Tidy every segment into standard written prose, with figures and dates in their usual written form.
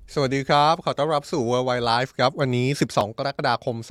สวัสดีครับขอต้อนรับสู่ Worldwide Life ครับวันนี้12กรกฎาคม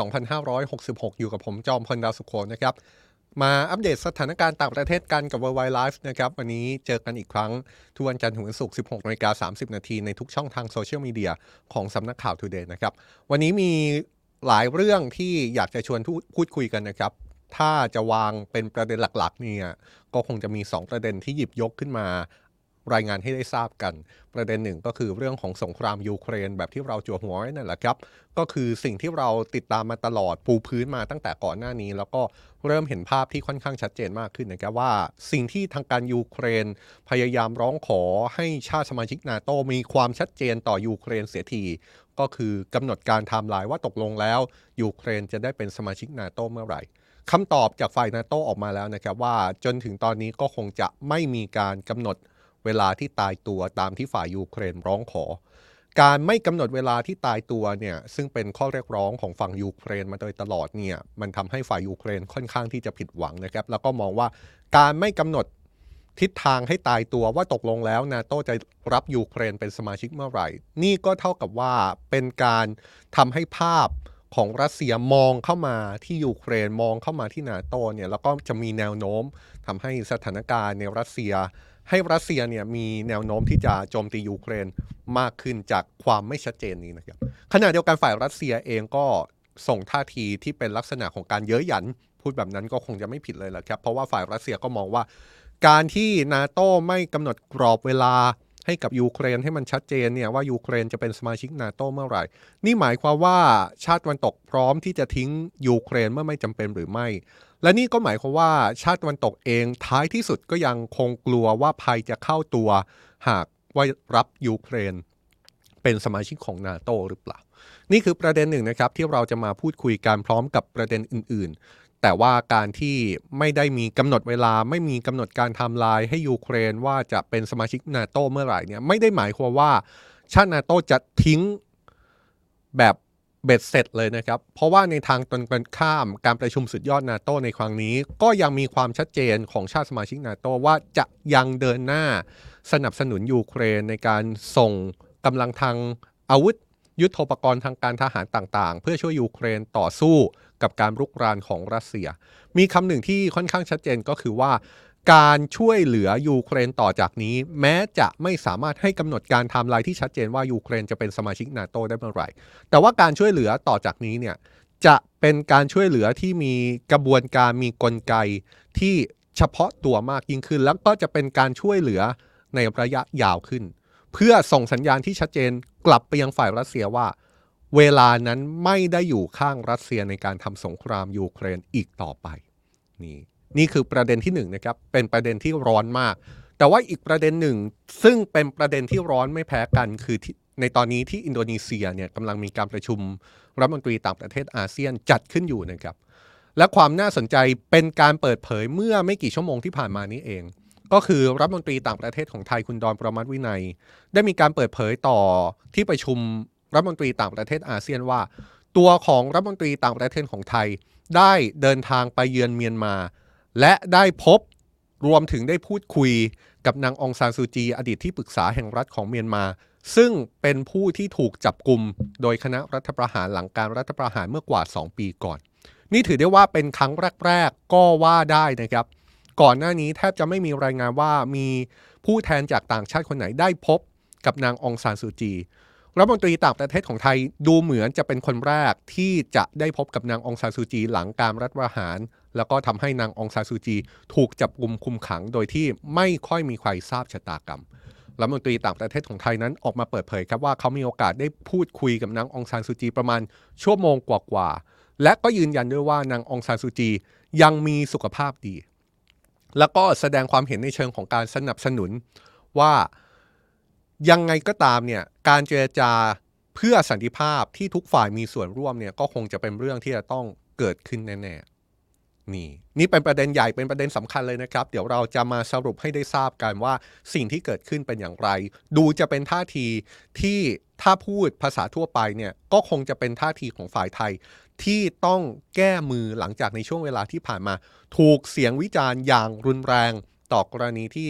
2566อยู่กับผมจอมพลดาวสุโขนะครับมาอัปเดตสถานการณ์ต่างประเทศกันกับ Worldwide Life นะครับวันนี้เจอกันอีกครั้งทุกวันจันทร์ถึงวันศุกร์ 16:30 นในทุกช่องทางโซเชียลมีเดียของสำนักข่าว Today นะครับวันนี้มีหลายเรื่องที่อยากจะชวนพูดคุยกันนะครับถ้าจะวางเป็นประเด็นหลักๆเนี่ยก็คงจะมี2ประเด็นที่หยิบยกขึ้นมารายงานให้ได้ทราบกัน ประเด็นหนึ่งก็คือเรื่องของสงครามยูเครนแบบที่เราจั่วหัวไว้นั่นแหละครับก็คือสิ่งที่เราติดตามมาตลอดปูพื้นมาตั้งแต่ก่อนหน้านี้แล้วก็เริ่มเห็นภาพที่ค่อนข้างชัดเจนมากขึ้นนะครับว่าสิ่งที่ทางการยูเครนพยายามร้องขอให้ชาติสมาชิกนาโตมีความชัดเจนต่อยูเครนเสียทีก็คือกำหนดการไทม์ไลน์ว่าตกลงแล้วยูเครนจะได้เป็นสมาชิกนาโตเมื่อไหร่คำตอบจากฝ่ายนาโตออกมาแล้วนะครับว่าจนถึงตอนนี้ก็คงจะไม่มีการกำหนดเวลาที่ตายตัวตามที่ฝ่ายยูเครนร้องขอการไม่กำหนดเวลาที่ตายตัวเนี่ยซึ่งเป็นข้อเรียกร้องของฝั่งยูเครนมาโดยตลอดเนี่ยมันทำให้ฝ่ายยูเครนค่อนข้างที่จะผิดหวังนะครับแล้วก็มองว่าการไม่กำหนดทิศทางให้ตายตัวว่าตกลงแล้วนาโตจะรับยูเครนเป็นสมาชิกเมื่อไหร่นี่ก็เท่ากับว่าเป็นการทำให้ภาพของรัสเซียมองเข้ามาที่ยูเครนมองเข้ามาที่นาโตเนี่ยแล้วก็จะมีแนวโน้มทำให้สถานการณ์ในรัสเซีย ให้รัสเซียเนี่ยมีแนวโน้มที่จะโจมตียูเครนมากขึ้นจากความไม่ชัดเจนนี้นะครับขณะเดียวกันฝ่ายรัสเซียเองก็ส่งท่าทีที่เป็นลักษณะของการเย้ยหยันพูดแบบนั้นก็คงจะไม่ผิดเลยแหละครับเพราะว่าฝ่ายรัสเซียก็มองว่าการที่นาโต้ไม่กำหนดกรอบเวลาให้กับยูเครนให้มันชัดเจนเนี่ยว่ายูเครนจะเป็นสมาชิกนาโต้เมื่อไหร่นี่หมายความว่าชาติตะวันตกพร้อมที่จะทิ้งยูเครนเมื่อไม่จำเป็นหรือไม่ และนี่ก็หมายความว่าชาติตะวันตกเองท้ายที่สุดก็ยังคงกลัวว่าภัยจะเข้าตัวหากว่ารับยูเครนเป็นสมาชิกของนาโตหรือเปล่านี่คือประเด็นหนึ่งนะครับที่เราจะมาพูดคุยกันพร้อมกับประเด็นอื่นๆแต่ว่าการที่ไม่ได้มีกำหนดเวลาไม่มีกำหนดการไทม์ไลน์ให้ยูเครนว่าจะเป็นสมาชิกนาโตเมื่อไหร่เนี่ยไม่ได้หมายความว่าชาตินาโตจะทิ้งแบบเบ็ดเสร็จเลยนะครับเพราะว่าในทางตรงกันข้ามการประชุมสุดยอดนาโตในครั้งนี้ก็ยังมีความชัดเจนของชาติสมาชิกนาโตว่าจะยังเดินหน้าสนับสนุนยูเครนในการส่งกำลังทางอาวุธยุทโธปกรณ์ทางการทหารต่างๆเพื่อช่วยยูเครนต่อสู้กับการรุกรานของรัสเซียมีคำหนึ่งที่ค่อนข้างชัดเจนก็คือว่าการช่วยเหลือยูเครนต่อจากนี้แม้จะไม่สามารถให้กำหนดการไทม์ไลน์ที่ชัดเจนว่ายูเครนจะเป็นสมาชิกนาโตได้เมื่อไหร่แต่ว่าการช่วยเหลือต่อจากนี้เนี่ยจะเป็นการช่วยเหลือที่มีกระบวนการมีกลไกที่เฉพาะตัวมากยิ่งขึ้นแล้วก็จะเป็นการช่วยเหลือในระยะยาวขึ้นเพื่อส่งสัญญาณที่ชัดเจนกลับไปยังฝ่ายรัสเซียว่าเวลานั้นไม่ได้อยู่ข้างรัสเซียในการทำสงครามยูเครนอีกต่อไปนี่คือประเด็นที่หนึ่งนะครับเป็นประเด็นที่ร้อนมากแต่ว่าอีกประเด็นหนึ่งซึ่งเป็นประเด็นที่ร้อนไม่แพ้กันคือในตอนนี้ที่อินโดนีเซียเนี่ยกำลังมีการประชุมรัฐมนตรีต่างประเทศอาเซียนจัดขึ้นอยู่นะครับและความน่าสนใจเป็นการเปิดเผยเมื่อไม่กี่ชั่วโมงที่ผ่านมานี้เองก็คือรัฐมนตรีต่างประเทศของไทยคุณดอนประมัติวินัยได้มีการเปิดเผยต่อที่ประชุมรัฐมนตรีต่างประเทศอาเซียนว่าตัวของรัฐมนตรีต่างประเทศของไทยได้เดินทางไปเยือนเมียนมาและได้พบรวมถึงได้พูดคุยกับนางองซานซูจีอดีตที่ปรึกษาแห่งรัฐของเมียนมาซึ่งเป็นผู้ที่ถูกจับกุมโดยคณะรัฐประหารหลังการรัฐประหารเมื่อกว่า2ปีก่อนนี่ถือได้ว่าเป็นครั้งแรกๆก็ว่าได้นะครับก่อนหน้านี้แทบจะไม่มีรายงานว่ามีผู้แทนจากต่างชาติคนไหนได้พบกับนางองซานซูจีรัฐมนตรีต่างประเทศของไทยดูเหมือนจะเป็นคนแรกที่จะได้พบกับนางองซานซูจีหลังการรัฐประหารแล้วก็ทำให้นางองซานซูจีถูกจับกุมคุมขังโดยที่ไม่ค่อยมีใครทราบชะตากรรมรัฐมนตรีต่างประเทศของไทยนั้นออกมาเปิดเผยครับว่าเขามีโอกาสได้พูดคุยกับนางองซานซูจีประมาณชั่วโมงกว่าๆและก็ยืนยันด้วยว่านางองซานซูจียังมีสุขภาพดีแล้วก็แสดงความเห็นในเชิงของการสนับสนุนว่ายังไงก็ตามเนี่ยการเจรจาเพื่อสันติภาพที่ทุกฝ่ายมีส่วนร่วมเนี่ยก็คงจะเป็นเรื่องที่จะต้องเกิดขึ้นแน่ๆนี่เป็นประเด็นใหญ่เป็นประเด็นสำคัญเลยนะครับเดี๋ยวเราจะมาสรุปให้ได้ทราบกันว่าสิ่งที่เกิดขึ้นเป็นอย่างไรดูจะเป็นท่าทีที่ถ้าพูดภาษาทั่วไปเนี่ยก็คงจะเป็นท่าทีของฝ่ายไทยที่ต้องแก้มือหลังจากในช่วงเวลาที่ผ่านมาถูกเสียงวิจารณ์อย่างรุนแรงต่อกรณีที่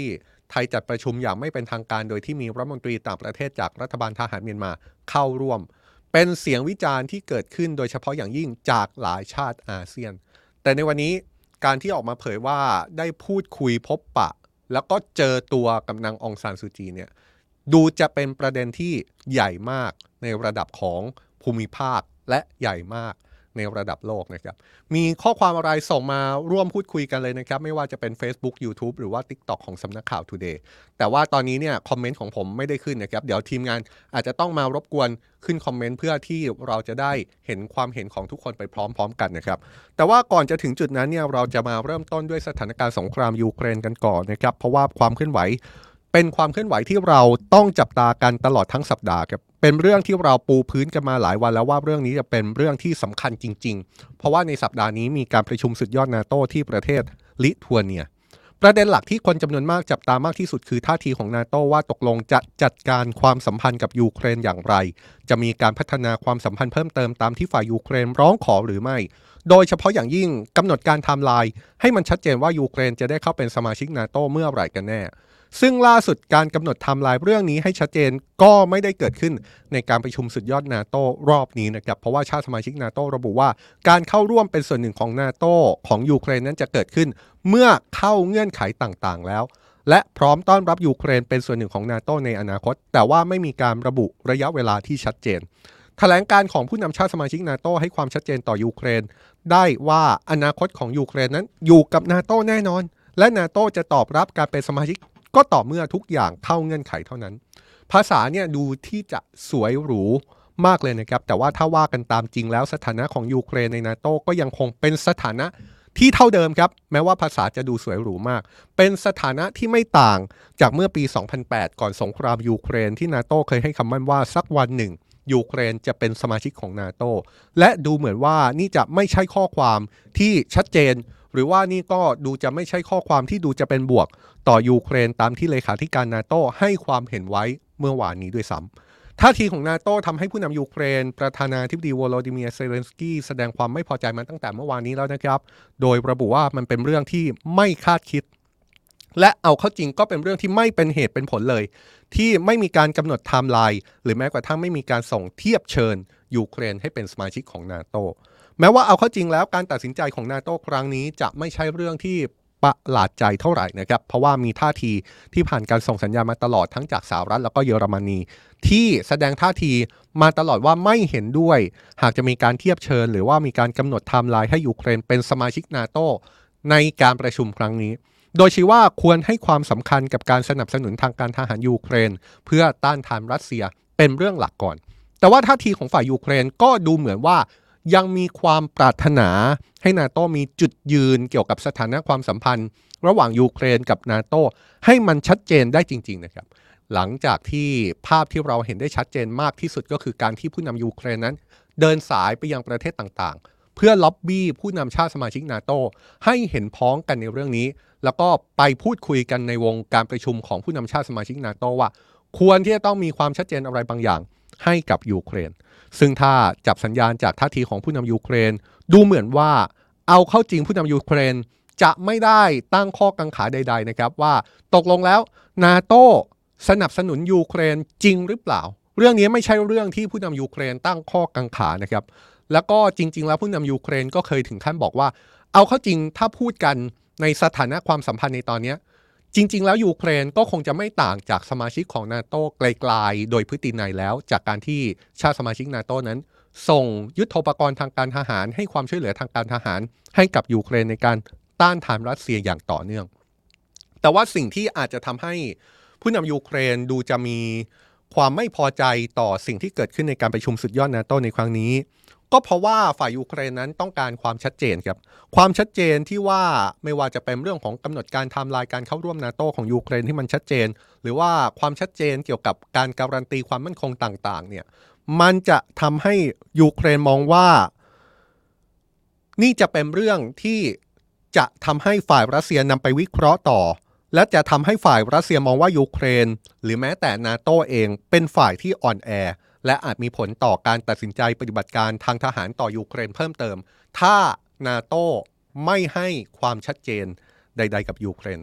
ไทยจัดประชุมอย่างไม่เป็นทางการโดยที่มีรัฐมนตรีต่างประเทศจากรัฐบาลทหารเมียนมาเข้าร่วมเป็นเสียงวิจารณ์ที่เกิดขึ้นโดยเฉพาะอย่างยิ่งจากหลายชาติอาเซียนแต่ในวันนี้การที่ออกมาเผยว่าได้พูดคุยพบปะแล้วก็เจอตัวกับนางองซานซูจีเนี่ยดูจะเป็นประเด็นที่ใหญ่มากในระดับของภูมิภาคและใหญ่มากในระดับโลกนะครับมีข้อความอะไรส่งมาร่วมพูดคุยกันเลยนะครับไม่ว่าจะเป็น Facebook YouTube หรือว่า TikTok ของสำนักข่าว Today แต่ว่าตอนนี้เนี่ยคอมเมนต์ของผมไม่ได้ขึ้นนะครับเดี๋ยวทีมงานอาจจะต้องมารบกวนขึ้นคอมเมนต์เพื่อที่เราจะได้เห็นความเห็นของทุกคนไปพร้อมๆกันนะครับแต่ว่าก่อนจะถึงจุดนั้นเนี่ยเราจะมาเริ่มต้นด้วยสถานการณ์สงครามยูเครนกันก่อนนะครับเพราะว่าความเคลื่อนไหวเป็นความเคลื่อนไหวที่เราต้องจับตากันตลอดทั้งสัปดาห์ครับเป็นเรื่องที่เราปูพื้นกันมาหลายวันแล้วว่าเรื่องนี้จะเป็นเรื่องที่สำคัญจริงๆเพราะว่าในสัปดาห์นี้มีการประชุมสุดยอดนาโตที่ประเทศลิทัวเนียประเด็นหลักที่คนจำนวนมากจับตามากที่สุดคือท่าทีของนาโตว่าตกลงจะจัดการความสัมพันธ์กับยูเครนอย่างไรจะมีการพัฒนาความสัมพันธ์เพิ่มเติมตามที่ฝ่ายยูเครนร้องขอหรือไม่โดยเฉพาะอย่างยิ่งกำหนดการไทม์ไลน์ให้มันชัดเจนว่ายูเครนจะได้เข้าเป็นสมาชิกนาโตเมื่อไหร่กันแน่ซึ่งล่าสุดการกำหนดไทม์ไลน์เรื่องนี้ให้ชัดเจนก็ไม่ได้เกิดขึ้นในการประชุมสุดยอดนาโตรอบนี้นะครับเพราะว่าชาติสมาชิกนาโตระบุว่าการเข้าร่วมเป็นส่วนหนึ่งของนาโตของยูเครนนั้นจะเกิดขึ้นเมื่อเข้าเงื่อนไขต่างๆแล้วและพร้อมต้อนรับยูเครนเป็นส่วนหนึ่งของนาโตในอนาคตแต่ว่าไม่มีการระบุระยะเวลาที่ชัดเจนแถลงการของผู้นำชาติสมาชิกนาโตให้ความชัดเจนต่อยูเครนได้ว่าอนาคตของยูเครนนั้นอยู่กับนาโตแน่นอนและนาโตจะตอบรับการเป็นสมาชิกก็ต่อเมื่อทุกอย่างเข้าเงื่อนไขเท่านั้นภาษาเนี่ยดูที่จะสวยหรูมากเลยนะครับแต่ว่าถ้าว่ากันตามจริงแล้วสถานะของยูเครนในนาโตก็ยังคงเป็นสถานะที่เท่าเดิมครับแม้ว่าภาษาจะดูสวยหรูมากเป็นสถานะที่ไม่ต่างจากเมื่อปี 2008 ก่อนสงครามยูเครนที่นาโตเคยให้คำมั่นว่าสักวันหนึ่งยูเครนจะเป็นสมาชิกของนาโตและดูเหมือนว่านี่จะไม่ใช่ข้อความที่ชัดเจนหรือว่านี่ก็ดูจะไม่ใช่ข้อความที่ดูจะเป็นบวกต่อยูเครนตามที่เลขาธิการนาโตให้ความเห็นไว้เมื่อวานนี้ด้วยซ้ำท่าทีของนาโตทำให้ผู้นำยูเครนประธานาธิบดีโวโลดิเมียร์เซเลนสกี้แสดงความไม่พอใจมาตั้งแต่เมื่อวานนี้แล้วนะครับโดยระบุว่ามันเป็นเรื่องที่ไม่คาดคิดและเอาเข้าจริงก็เป็นเรื่องที่ไม่เป็นเหตุเป็นผลเลยที่ไม่มีการกำหนดไทม์ไลน์หรือแม้กระทั่งไม่มีการส่งเทียบเชิญยูเครนให้เป็นสมาชิกของนาโตแม้ว่าเอาเข้าจริงแล้วการตัดสินใจของนาโตครั้งนี้จะไม่ใช่เรื่องที่ประหลาดใจเท่าไหร่นะครับเพราะว่ามีท่าทีที่ผ่านการส่งสัญญาณมาตลอดทั้งจากสหรัฐแล้วก็เยอรมนีที่แสดงท่าทีมาตลอดว่าไม่เห็นด้วยหากจะมีการเทียบเชิญหรือว่ามีการกำหนดไทม์ไลน์ให้ยูเครนเป็นสมาชิกนาโตในการประชุมครั้งนี้โดยชี้ว่าควรให้ความสำคัญกับการสนับสนุนทางการทหารยูเครนเพื่อต้านทานรัสเซียเป็นเรื่องหลักก่อนแต่ว่าท่าทีของฝ่ายยูเครนก็ดูเหมือนว่ายังมีความปรารถนาให้นาโตมีจุดยืนเกี่ยวกับสถานะความสัมพันธ์ระหว่างยูเครนกับนาโตให้มันชัดเจนได้จริงๆนะครับหลังจากที่ภาพที่เราเห็นได้ชัดเจนมากที่สุดก็คือการที่ผู้นำยูเครนนั้นเดินสายไปยังประเทศต่างๆเพื่อล็อบบี้ผู้นำชาติสมาชิกนาโตให้เห็นพ้องกันในเรื่องนี้แล้วก็ไปพูดคุยกันในวงการประชุมของผู้นำชาติสมาชิกนาโตว่าควรที่จะต้องมีความชัดเจนอะไรบางอย่างให้กับยูเครนซึ่งถ้าจับสัญญาณจากท่าทีของผู้นำยูเครนดูเหมือนว่าเอาเข้าจริงผู้นำยูเครนจะไม่ได้ตั้งข้อกังขาใดๆนะครับว่าตกลงแล้วนาโตสนับสนุนยูเครนจริงหรือเปล่าเรื่องนี้ไม่ใช่เรื่องที่ผู้นำยูเครนตั้งข้อกังขานะครับแล้วก็จริงๆแล้วผู้นำยูเครนก็เคยถึงขั้นบอกว่าเอาเข้าจริงถ้าพูดกันในสถานะความสัมพันธ์ในตอนนี้จริงๆแล้วยูเครนก็คงจะไม่ต่างจากสมาชิกของนาโตไกลๆโดยพฤตินัยแล้วจากการที่ชาติสมาชิกนาโตนั้นส่งยุทโธปกรณ์ทางการทหารให้ความช่วยเหลือทางการทหารให้กับยูเครนในการต้านทานรัสเซียอย่างต่อเนื่องแต่ว่าสิ่งที่อาจจะทำให้ผู้นำยูเครนดูจะมีความไม่พอใจต่อสิ่งที่เกิดขึ้นในการประชุมสุดยอดนาโตในครั้งนี้ก็เพราะว่าฝ่ายยูเครนนั้นต้องการความชัดเจนครับความชัดเจนที่ว่าไม่ว่าจะเป็นเรื่องของกำหนดการไทม์ไลน์การเข้าร่วมนาโตของยูเครนที่มันชัดเจนหรือว่าความชัดเจนเกี่ยวกับการการันตีความมั่นคงต่างๆเนี่ยมันจะทำให้ยูเครนมองว่านี่จะเป็นเรื่องที่จะทำให้ฝ่ายรัสเซียนำไปวิเคราะห์ต่อและจะทำให้ฝ่ายรัสเซียมองว่ายูเครนหรือแม้แต่นาโตเองเป็นฝ่ายที่อ่อนแอและอาจมีผลต่อการตัดสินใจปฏิบัติการทางทหารต่อยูเครนเพิ่มเติมถ้านาโตไม่ให้ความชัดเจนใดๆกับยูเครนนะครับ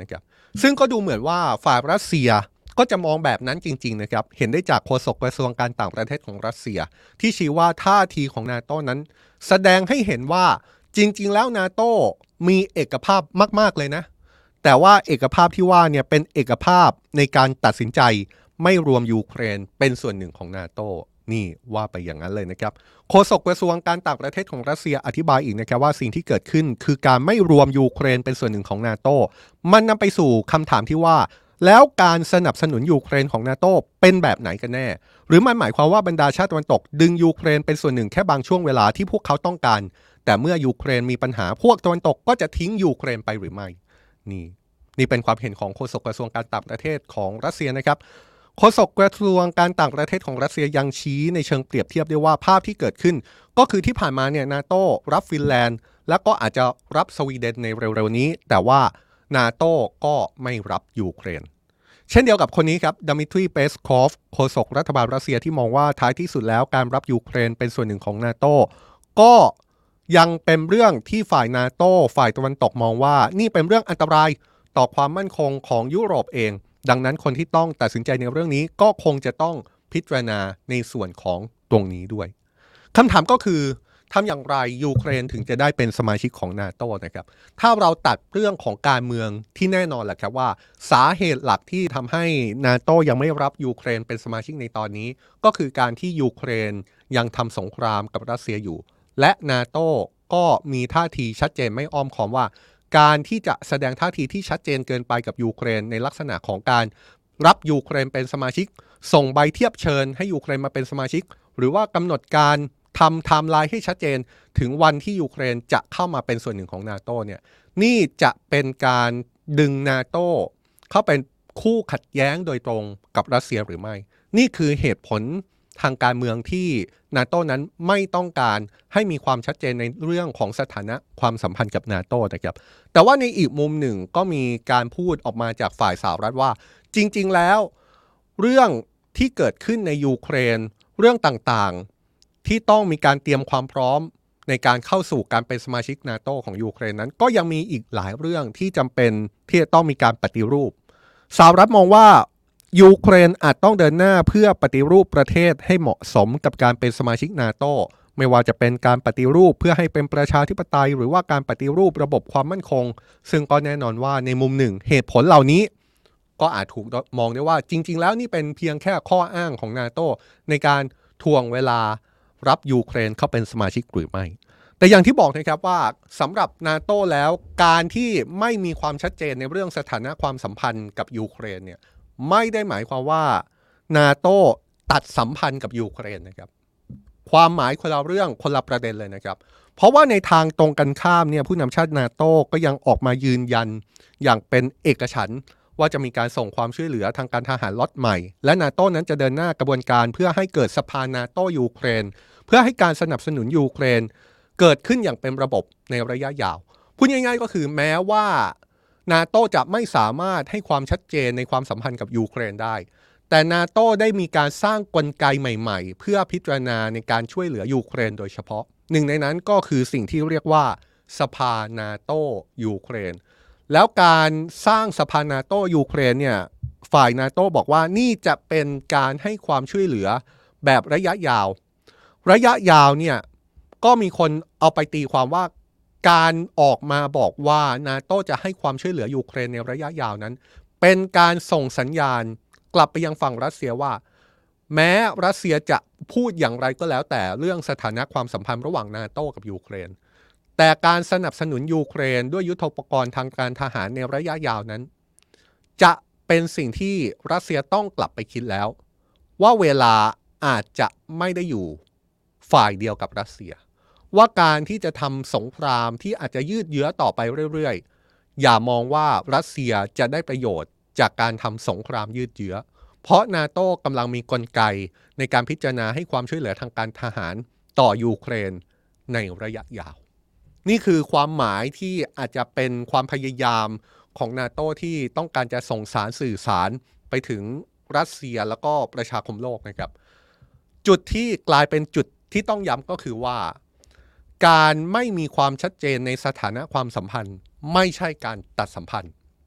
ซึ่งก็ดูเหมือนว่าฝ่ายรัสเซียก็จะมองแบบนั้นจริงๆนะครับเห็นได้จากโฆษกกระทรวงการต่างประเทศของรัสเซียที่ชี้ว่าท่าทีของนาโต้นั้นแสดงให้เห็นว่าจริงๆแล้วนาโต้มีเอกภาพมากๆเลยนะแต่ว่าเอกภาพที่ว่าเนี่ยเป็นเอกภาพในการตัดสินใจไม่รวมยูเครนเป็นส่วนหนึ่งของนาโต้นี่ว่าไปอย่างนั้นเลยนะครับโฆษกกระทรวงการต่างประเทศของรัสเซียอธิบายอีกนะครับว่าสิ่งที่เกิดขึ้นคือการไม่รวมยูเครนเป็นส่วนหนึ่งของนาโต้มันนำไปสู่คำถามที่ว่าแล้วการสนับสนุนยูเครนของนาโต้เป็นแบบไหนกันแน่หรือมันหมายความว่าบรรดาชาติตะวันตกดึงยูเครนเป็นส่วนหนึ่งแค่บางช่วงเวลาที่พวกเขาต้องการแต่เมื่อยูเครนมีปัญหาพวกตะวันตกก็จะทิ้งยูเครนไปหรือไม่นี่เป็นความเห็นของโฆษกกระทรวงการต่างประเทศของรัสเซียนะครับโฆษกกระทรวงการต่างประเทศของรัสเซียยังชี้ในเชิงเปรียบเทียบได้ว่าภาพที่เกิดขึ้นก็คือที่ผ่านมาเนี่ยนาโต้รับฟินแลนด์แล้วก็อาจจะรับสวีเดนในเร็วๆนี้แต่ว่านาโต้ก็ไม่รับยูเครนเช่นเดียวกับคนนี้ครับดมิทรีเปสคอฟโฆษกรัฐบาลรัสเซียที่มองว่าท้ายที่สุดแล้วการรับยูเครนเป็นส่วนหนึ่งของนาโต้ก็ยังเป็นเรื่องที่ฝ่ายนาโต้ฝ่ายตะวันตกมองว่านี่เป็นเรื่องอันตรายต่อความมั่นคงของยุโรปเองดังนั้นคนที่ต้องตัดสินใจในเรื่องนี้ก็คงจะต้องพิจารณาในส่วนของตรงนี้ด้วยคำถามก็คือทำอย่างไรยูเครนถึงจะได้เป็นสมาชิกของนาโต้นะครับถ้าเราตัดเรื่องของการเมืองที่แน่นอนแหละครับว่าสาเหตุหลักที่ทำให้นาโต้ยังไม่รับยูเครนเป็นสมาชิกในตอนนี้ก็คือการที่ยูเครนยังทำสงครามกับรัสเซียอยู่และนาโต้ก็มีท่าทีชัดเจนไม่อ้อมค้อมว่าการที่จะแสดงท่าทีที่ชัดเจนเกินไปกับยูเครนในลักษณะของการรับยูเครนเป็นสมาชิกส่งใบเทียบเชิญให้ยูเครนมาเป็นสมาชิกหรือว่ากำหนดการทำไทม์ไลน์ให้ชัดเจนถึงวันที่ยูเครนจะเข้ามาเป็นส่วนหนึ่งของนาโต้เนี่ยนี่จะเป็นการดึงนาโต้เข้าเป็นคู่ขัดแย้งโดยตรงกับรัสเซียหรือไม่นี่คือเหตุผลทางการเมืองที่นาโต้นั้นไม่ต้องการให้มีความชัดเจนในเรื่องของสถานะความสัมพันธ์กับนาโต้นะครับแต่ว่าในอีกมุมหนึ่งก็มีการพูดออกมาจากฝ่ายสหรัฐว่าจริงๆแล้วเรื่องที่เกิดขึ้นในยูเครนเรื่องต่างๆที่ต้องมีการเตรียมความพร้อมในการเข้าสู่การเป็นสมาชิกนาโต้ของยูเครนนั้นก็ยังมีอีกหลายเรื่องที่จำเป็นที่จะต้องมีการปฏิรูปสหรัฐมองว่ายูเครนอาจต้องเดินหน้าเพื่อปฏิรูปประเทศให้เหมาะสมกับการเป็นสมาชิกนาโต้ไม่ว่าจะเป็นการปฏิรูปเพื่อให้เป็นประชาธิปไตยหรือว่าการปฏิรูประบบความมั่นคงซึ่งก็แน่นอนว่าในมุมหนึ่งเหตุผลเหล่านี้ก็อาจถูกมองได้ว่าจริงๆแล้วนี่เป็นเพียงแค่ข้ออ้างของนาโต้ในการทวงเวลารับยูเครนเข้าเป็นสมาชิกหรือไม่แต่อย่างที่บอกนะครับว่าสำหรับนาโต้แล้วการที่ไม่มีความชัดเจนในเรื่องสถานะความสัมพันธ์กับยูเครนเนี่ยไม่ได้หมายความว่านาโต้ตัดสัมพันธ์กับยูเครนนะครับความหมายคนละเรื่องคนละประเด็นเลยนะครับเพราะว่าในทางตรงกันข้ามเนี่ยผู้นำชาตินาโต้ก็ยังออกมายืนยันอย่างเป็นเอกฉันท์ว่าจะมีการส่งความช่วยเหลือทางการทหารล็อตใหม่และนาโต้นั้นจะเดินหน้ากระบวนการเพื่อให้เกิดสภานาโต้ยูเครนเพื่อให้การสนับสนุนยูเครนเกิดขึ้นอย่างเป็นระบบในระยะยาวพูดง่ายๆก็คือแม้ว่านาโต้จะไม่สามารถให้ความชัดเจนในความสัมพันธ์กับยูเครนได้แต่นาโต้ได้มีการสร้างกลไกใหม่ๆเพื่อพิจารณาในการช่วยเหลือยูเครนโดยเฉพาะหนึ่งในนั้นก็คือสิ่งที่เรียกว่าสภานาโต้ยูเครนแล้วการสร้างสภานาโต้ยูเครนเนี่ยฝ่ายนาโต้บอกว่านี่จะเป็นการให้ความช่วยเหลือแบบระยะยาวเนี่ยก็มีคนเอาไปตีความว่าการออกมาบอกว่านาโต้จะให้ความช่วยเหลือยูเครนในระยะยาวนั้นเป็นการส่งสัญญาณกลับไปยังฝั่งรัสเซียว่าแม้รัสเซียจะพูดอย่างไรก็แล้วแต่เรื่องสถานะความสัมพันธ์ระหว่างนาโต้กับยูเครนแต่การสนับสนุนยูเครนด้วยยุทโธปกรณ์ทางการทหารในระยะยาวนั้นจะเป็นสิ่งที่รัสเซียต้องกลับไปคิดแล้วว่าเวลาอาจจะไม่ได้อยู่ฝ่ายเดียวกับรัสเซียว่าการที่จะทำสงครามที่อาจจะยืดเยื้อต่อไปเรื่อยๆอย่ามองว่ารัสเซียจะได้ประโยชน์จากการทำสงครามยืดเยื้อเพราะนาโต้กำลังมีกลไกในการพิจารณาให้ความช่วยเหลือทางการทหารต่อยูเครนในระยะยาวนี่คือความหมายที่อาจจะเป็นความพยายามของนาโต้ที่ต้องการจะส่งสารสื่อสารไปถึงรัสเซียแล้วก็ประชาคมโลกนะครับจุดที่กลายเป็นจุดที่ต้องย้ำก็คือว่าการไม่มีความชัดเจนในสถานะความสัมพันธ์ไม่ใช่การตัดสัมพันธ์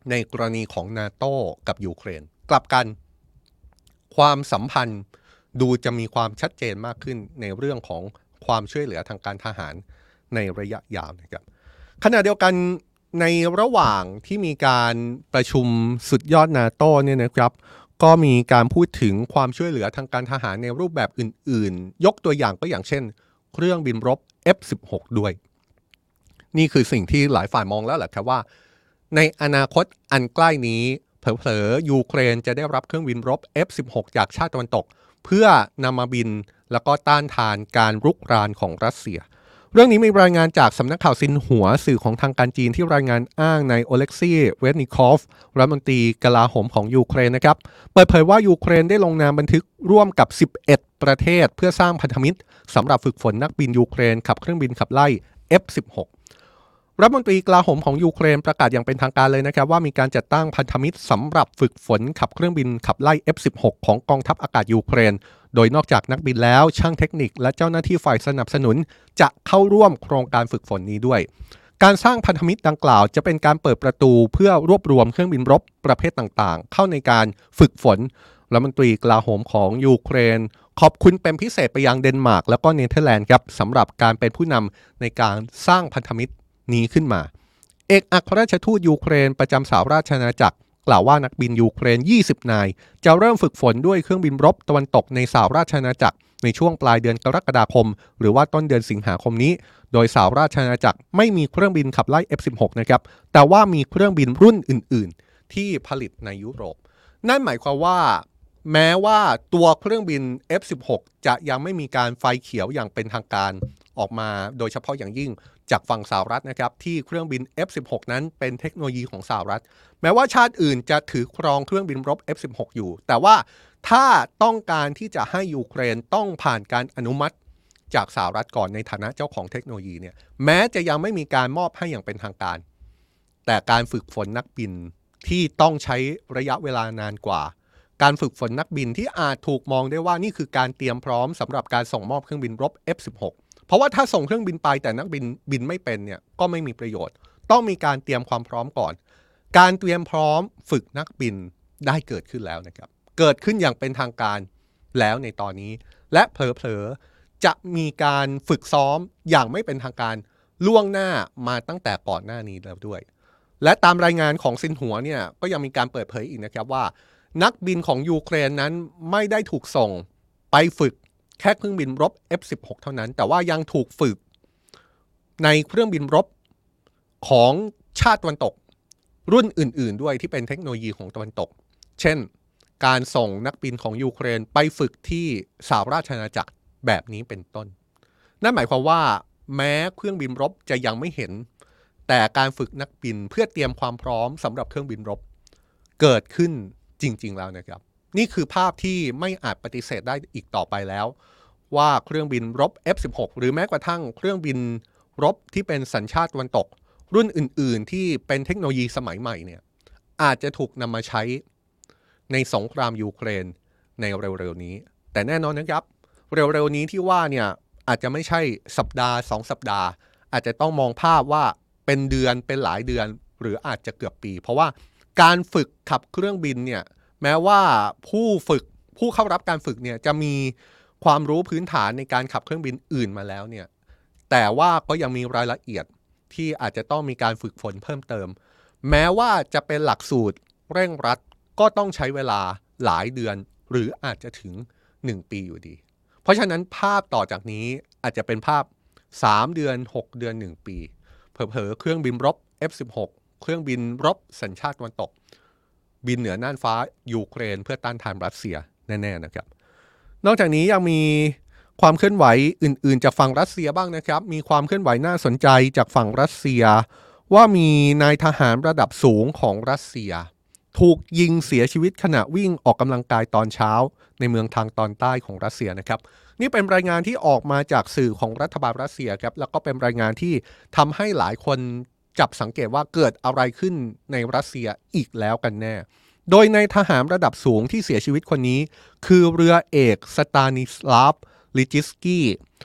ในกรณีของนาโต้กับยูเครนกลับกันความสัมพันธ์ดูจะมีความชัดเจนมากขึ้นในเรื่องของความช่วยเหลือทางการทหารในระยะยาวนะครับขณะเดียวกันในระหว่างที่มีการประชุมสุดยอดนาโต้เนี่ยนะครับก็มีการพูดถึงความช่วยเหลือทางการทหารในรูปแบบอื่นๆยกตัวอย่างก็อย่างเช่นเครื่องบินรบ F-16 ด้วยนี่คือสิ่งที่หลายฝ่ายมองแล้วแหละครับว่าในอนาคตอันใกล้นี้เผลอๆยูเครนจะได้รับเครื่องบินรบ F-16 จากชาติตะวันตกเพื่อนำมาบินแล้วก็ต้านทานการรุกรานของรัสเซียเรื่องนี้มีรายงานจากสำนักข่าวซินหัวสื่อของทางการจีนที่รายงานอ้างในโอเล็กซีเวสนิคอฟรัฐมนตรีกลาโหมของยูเครนนะครับเปิดเผยว่ายูเครนได้ลงนามบันทึกร่วมกับ11ประเทศเพื่อสร้างพันธมิตรสำหรับฝึกฝนนักบินยูเครนขับเครื่องบินขับไล่ F-16รัฐมนตรีกลาโหมของยูเครนประกาศอย่างเป็นทางการเลยนะครับว่ามีการจัดตั้งพันธมิตรสำหรับฝึกฝนขับเครื่องบินขับไล่ F-16 ของกองทัพอากาศยูเครนโดยนอกจากนักบินแล้วช่างเทคนิคและเจ้าหน้าที่ฝ่ายสนับสนุนจะเข้าร่วมโครงการฝึกฝนนี้ด้วยการสร้างพันธมิตรดังกล่าวจะเป็นการเปิดประตูเพื่อรวบรวมเครื่องบินรบประเภทต่างๆเข้าในการฝึกฝนรัฐมนตรีกลาโหมของยูเครนขอบคุณเป็นพิเศษไปยังเดนมาร์กแล้วก็เนเธอร์แลนด์ครับสำหรับการเป็นผู้นำในการสร้างพันธมิตรนี้ขึ้นมาเอกอัครราชทูตยูเครนประจำสหราชอาณาจักรกล่าวว่านักบินยูเครน20นายจะเริ่มฝึกฝนด้วยเครื่องบินรบตะวันตกในสหราชอาณาจักรในช่วงปลายเดือนกรกฎาคมหรือว่าต้นเดือนสิงหาคมนี้โดยสหราชอาณาจักรไม่มีเครื่องบินขับไล่ F-16 นะครับแต่ว่ามีเครื่องบินรุ่นอื่นๆที่ผลิตในยุโรปนั่นหมายความว่าแม้ว่าตัวเครื่องบิน F-16 จะยังไม่มีการไฟเขียวอย่างเป็นทางการออกมาโดยเฉพาะอย่างยิ่งจากฝั่งสหรัฐนะครับที่เครื่องบิน F-16 นั้นเป็นเทคโนโลยีของสหรัฐแม้ว่าชาติอื่นจะถือครองเครื่องบินรบ F-16 อยู่แต่ว่าถ้าต้องการที่จะให้ยูเครนต้องผ่านการอนุมัติจากสหรัฐก่อนในฐานะเจ้าของเทคโนโลยีเนี่ยแม้จะยังไม่มีการมอบให้อย่างเป็นทางการแต่การฝึกฝนนักบินที่ต้องใช้ระยะเวลานานกว่าการฝึกฝนนักบินที่อาจถูกมองได้ว่านี่คือการเตรียมพร้อมสำหรับการส่งมอบเครื่องบินรบ F-16 เพราะว่าถ้าส่งเครื่องบินไปแต่นักบินบินไม่เป็นเนี่ยก็ไม่มีประโยชน์ต้องมีการเตรียมความพร้อมก่อนการเตรียมพร้อมฝึกนักบินได้เกิดขึ้นแล้วนะครับเกิดขึ้นอย่างเป็นทางการแล้วในตอนนี้และเผลอๆจะมีการฝึกซ้อมอย่างไม่เป็นทางการล่วงหน้ามาตั้งแต่ก่อนหน้านี้แล้วด้วยและตามรายงานของซินหัวเนี่ยก็ยังมีการเปิดเผยอีกนะครับว่านักบินของยูเครนนั้นไม่ได้ถูกส่งไปฝึกแค่เครื่องบินรบ F-16 เท่านั้นแต่ว่ายังถูกฝึกในเครื่องบินรบของชาติตะวันตกรุ่นอื่นๆด้วยที่เป็นเทคโนโลยีของตะวันตกเช่นการส่งนักบินของยูเครนไปฝึกที่สหราชอาณาจักรแบบนี้เป็นต้นนั่นหมายความว่าแม้เครื่องบินรบจะยังไม่เห็นแต่การฝึกนักบินเพื่อเตรียมความพร้อมสำหรับเครื่องบินรบเกิดขึ้นจริงๆแล้วนะครับนี่คือภาพที่ไม่อาจปฏิเสธได้อีกต่อไปแล้วว่าเครื่องบินรบ F-16 หรือแม้กระทั่งเครื่องบินรบที่เป็นสัญชาติตะวันตกรุ่นอื่นๆที่เป็นเทคโนโลยีสมัยใหม่เนี่ยอาจจะถูกนำมาใช้ในสงครามยูเครนในเร็วๆนี้แต่แน่นอนนะครับเร็วๆนี้ที่ว่าเนี่ยอาจจะไม่ใช่สัปดาห์2สัปดาห์อาจจะต้องมองภาพว่าเป็นเดือนเป็นหลายเดือนหรืออาจจะเกือบปีเพราะว่าการฝึกขับเครื่องบินเนี่ยแม้ว่าผู้เข้ารับการฝึกเนี่ยจะมีความรู้พื้นฐานในการขับเครื่องบินอื่นมาแล้วเนี่ยแต่ว่าก็ยังมีรายละเอียดที่อาจจะต้องมีการฝึกฝนเพิ่มเติมแม้ว่าจะเป็นหลักสูตรเร่งรัดก็ต้องใช้เวลาหลายเดือนหรืออาจจะถึง1ปีอยู่ดีเพราะฉะนั้นภาพต่อจากนี้อาจจะเป็นภาพ3เดือน6เดือน1ปีเผลอๆเครื่องบินรบ F-16 เครื่องบินรบสัญชาติตะวันตกบินเหนือน่านฟ้ายูเครนเพื่อต้านทานรัสเซียแน่ๆนะครับนอกจากนี้ยังมีความเคลื่อนไหวอื่นๆจากฝั่งรัสเซียบ้างนะครับมีความเคลื่อนไหวน่าสนใจจากฝั่งรัสเซียว่ามีนายทหารระดับสูงของรัสเซียถูกยิงเสียชีวิตขณะวิ่งออกกำลังกายตอนเช้าในเมืองทางตอนใต้ของรัสเซียนะครับนี่เป็นรายงานที่ออกมาจากสื่อของรัฐบาลรัสเซียครับแล้วก็เป็นรายงานที่ทำให้หลายคนจับสังเกตว่าเกิดอะไรขึ้นในรัสเซียอีกแล้วกันแน่โดยในทหารระดับสูงที่เสียชีวิตคนนี้คือเรือเอกสตานิสลาฟลิจิสกี้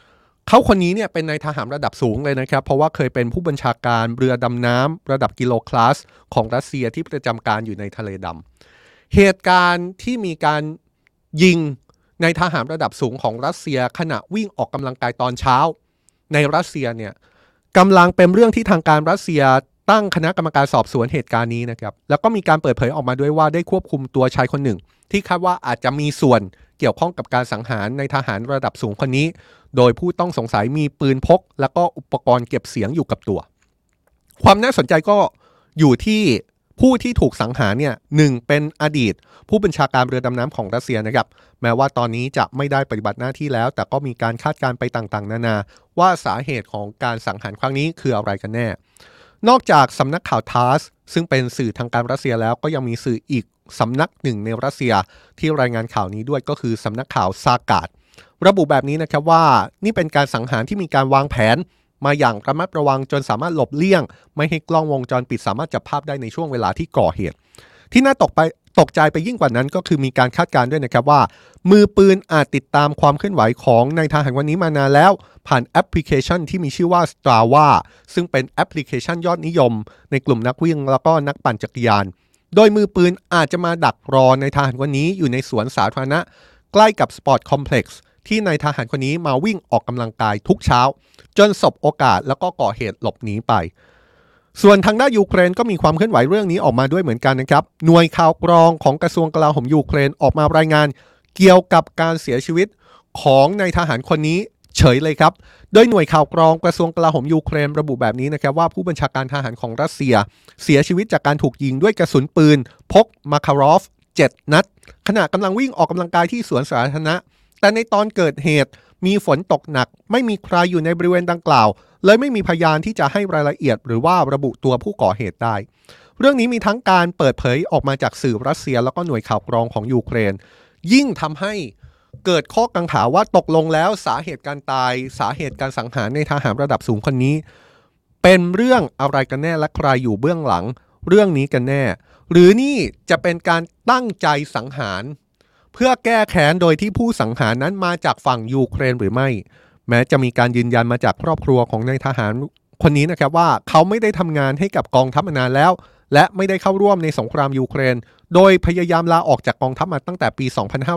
เขาคนนี้เนี่ยเป็นนายทหารระดับสูงเลยนะครับเพราะว่าเคยเป็นผู้บัญชาการเรือดำน้ำระดับกิโลคลาสของรัสเซียที่ประจำการอยู่ในทะเลดำเหตุการณ์ที่มีการยิงในทหารระดับสูงของรัสเซียขณะวิ่งออกกำลังกายตอนเช้าในรัสเซียเนี่ยกำลังเป็นเรื่องที่ทางการรัสเซียตั้งคณะกรรมการสอบสวนเหตุการณ์นี้นะครับแล้วก็มีการเปิดเผยออกมาด้วยว่าได้ควบคุมตัวชายคนหนึ่งที่คาดว่าอาจจะมีส่วนเกี่ยวข้องกับการสังหารในทหารระดับสูงคนนี้โดยผู้ต้องสงสัยมีปืนพกและก็อุปกรณ์เก็บเสียงอยู่กับตัวความน่าสนใจก็อยู่ที่ผู้ที่ถูกสังหารเนี่ยหนึ่งเป็นอดีตผู้บัญชาการเรือดำน้ำของรัสเซียนะครับแม้ว่าตอนนี้จะไม่ได้ปฏิบัติหน้าที่แล้วแต่ก็มีการคาดการณ์ไปต่างๆนานาว่าสาเหตุของการสังหารครั้งนี้คืออะไรกันแน่นอกจากสำนักข่าวทาสซึ่งเป็นสื่อทางการรัสเซียแล้วก็ยังมีสื่ออีกสำนักหนึ่งในรัสเซียที่รายงานข่าวนี้ด้วยก็คือสำนักข่าวซากาดระบุแบบนี้นะครับว่านี่เป็นการสังหารที่มีการวางแผนมาอย่างระมัดระวังจนสามารถหลบเลี่ยงไม่ให้กล้องวงจรปิดสามารถจับภาพได้ในช่วงเวลาที่ก่อเหตุที่น่าตกใจไปยิ่งกว่านั้นก็คือมีการคาดการณ์ด้วยนะครับว่ามือปืนอาจติดตามความเคลื่อนไหวของนายทหารวันนี้มานานแล้วผ่านแอปพลิเคชันที่มีชื่อว่า Strava ซึ่งเป็นแอปพลิเคชันยอดนิยมในกลุ่มนักวิ่งแล้วก็นักปั่นจักรยานโดยมือปืนอาจจะมาดักรอในทหารคนนี้อยู่ในสวนสาธารณะใกล้กับสปอร์ตคอมเพล็กซ์ที่นายทหารคนนี้มาวิ่งออกกำลังกายทุกเช้าจนสบโอกาสแล้วก็ก่อเหตุหลบหนีไปส่วนทางด้านยูเครนก็มีความเคลื่อนไหวเรื่องนี้ออกมาด้วยเหมือนกันนะครับหน่วยข่าวกรองของกระทรวงกลาโหมยูเครนออกมารายงานเกี่ยวกับการเสียชีวิตของนายทหารคนนี้เฉยเลยครับโดยหน่วยข่าวกรองกระทรวงกลาโหมยูเครนระบุแบบนี้นะครับว่าผู้บัญชาการทหารของรัสเซียเสียชีวิตจากการถูกยิงด้วยกระสุนปืนพกมาคารอฟ7 นัดขณะกำลังวิ่งออกกำลังกายที่สวนสาธารณะแต่ในตอนเกิดเหตุมีฝนตกหนักไม่มีใครอยู่ในบริเวณดังกล่าวเลยไม่มีพยานที่จะให้รายละเอียดหรือว่าระบุตัวผู้ก่อเหตุได้เรื่องนี้มีทั้งการเปิดเผยออกมาจากสื่อรัสเซียแล้วก็หน่วยข่าวกรองของยูเครนยิ่งทำให้เกิดข้อกังขาว่าตกลงแล้วสาเหตุการตายสาเหตุการสังหารในทหารระดับสูงคนนี้เป็นเรื่องอะไรกันแน่และใครอยู่เบื้องหลังเรื่องนี้กันแน่หรือนี่จะเป็นการตั้งใจสังหารเพื่อแก้แค้นโดยที่ผู้สังหารนั้นมาจากฝั่งยูเครนหรือไม่แม้จะมีการยืนยันมาจากครอบครัวของนายทหารคนนี้นะครับว่าเขาไม่ได้ทำงานให้กับกองทัพมานานแล้วและไม่ได้เข้าร่วมในสงครามยูเครนโดยพยายามลาออกจากกองทัพมาตั้งแต่ปี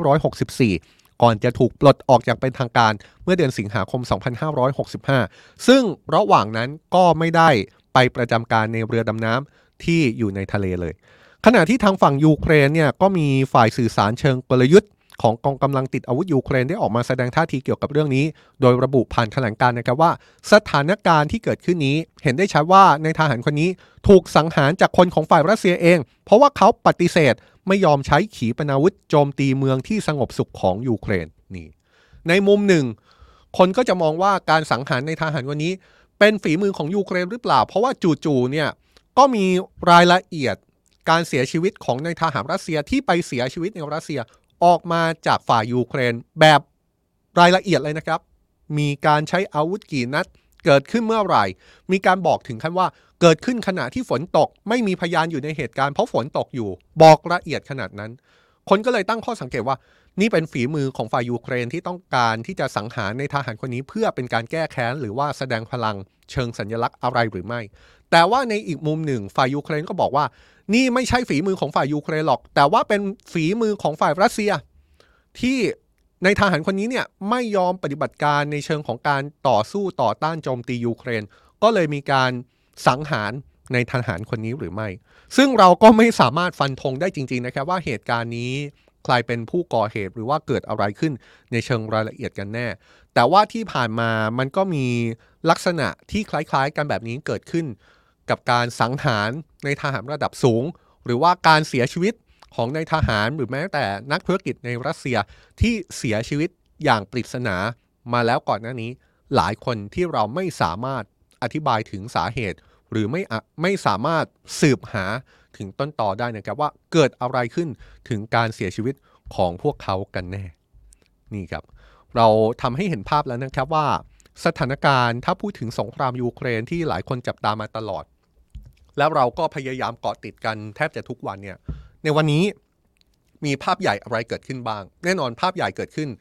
2564 ก่อนจะถูกปลดออกอย่างเป็นทางการเมื่อเดือนสิงหาคม 2565 ซึ่งระหว่างนั้นก็ไม่ได้ไปประจำการในเรือดำน้ำที่อยู่ในทะเลเลยขณะที่ทางฝั่งยูเครนเนี่ยก็มีฝ่ายสื่อสารเชิงกลยุทธ์ของกองกำลังติดอาวุธยูเครนได้ออกมาแสดงท่าทีเกี่ยวกับเรื่องนี้โดยระบุผ่านแถลงการณ์นะครับว่าสถานการณ์ที่เกิดขึ้นนี้เห็นได้ชัดว่าในทหารคนนี้ถูกสังหารจากคนของฝ่ายรัสเซียเองเพราะว่าเขาปฏิเสธไม่ยอมใช้ขีปนาวุธโจมตีเมืองที่สงบสุขของยูเครนนี่ในมุมหนึ่งคนก็จะมองว่าการสังหารในทหารวันนี้เป็นฝีมือของยูเครนหรือเปล่าเพราะว่าจู่ๆเนี่ยก็มีรายละเอียดการเสียชีวิตของนายทหารรัสเซียที่ไปเสียชีวิตในรัสเซียออกมาจากฝ่ายยูเครนแบบรายละเอียดเลยนะครับมีการใช้อาวุธกี่นัดเกิดขึ้นเมื่อไหร่มีการบอกถึงขั้นว่าเกิดขึ้นขณะที่ฝนตกไม่มีพยานอยู่ในเหตุการณ์เพราะฝนตกอยู่บอกละเอียดขนาดนั้นคนก็เลยตั้งข้อสังเกตว่านี่เป็นฝีมือของฝ่ายยูเครนที่ต้องการที่จะสังหารในทหารคนนี้เพื่อเป็นการแก้แค้นหรือว่าแสดงพลังเชิงสัญลักษณ์อะไรหรือไม่แต่ว่าในอีกมุมหนึ่งฝ่ายยูเครนก็บอกว่านี่ไม่ใช่ฝีมือของฝ่ายยูเครนหรอกแต่ว่าเป็นฝีมือของฝ่ายรัสเซียที่ในทหารคนนี้เนี่ยไม่ยอมปฏิบัติการในเชิงของการต่อสู้ต่อต้านโจมตียูเครนก็เลยมีการสังหารในทหารคนนี้หรือไม่ซึ่งเราก็ไม่สามารถฟันธงได้จริงๆนะครับว่าเหตุการณ์นี้ใครเป็นผู้ก่อเหตุหรือว่าเกิดอะไรขึ้นในเชิงรายละเอียดกันแน่แต่ว่าที่ผ่านมามันก็มีลักษณะที่คล้ายๆกันแบบนี้เกิดขึ้นกับการสังหารในทหารระดับสูงหรือว่าการเสียชีวิตของนายทหารหรือแม้แต่นักธุรกิจในรัสเซียที่เสียชีวิตอย่างปริศนามาแล้วก่อนหน้านี้หลายคนที่เราไม่สามารถอธิบายถึงสาเหตุหรือไม่สามารถสืบหาถึงต้นตอได้นะครับว่าเกิดอะไรขึ้นถึงการเสียชีวิตของพวกเขากันแน่นี่ครับเราทำให้เห็นภาพแล้วนะครับว่าสถานการณ์ถ้าพูดถึงสงครามยูเครนที่หลายคนจับตามาตลอดแล้วเราก็พยายามเกาะติดกันแทบจะทุกวันเนี่ยในวันนี้มีภาพใหญ่อะไรเกิดขึ้นบ้างแน่นอนภาพใหญ่เกิดขึ้น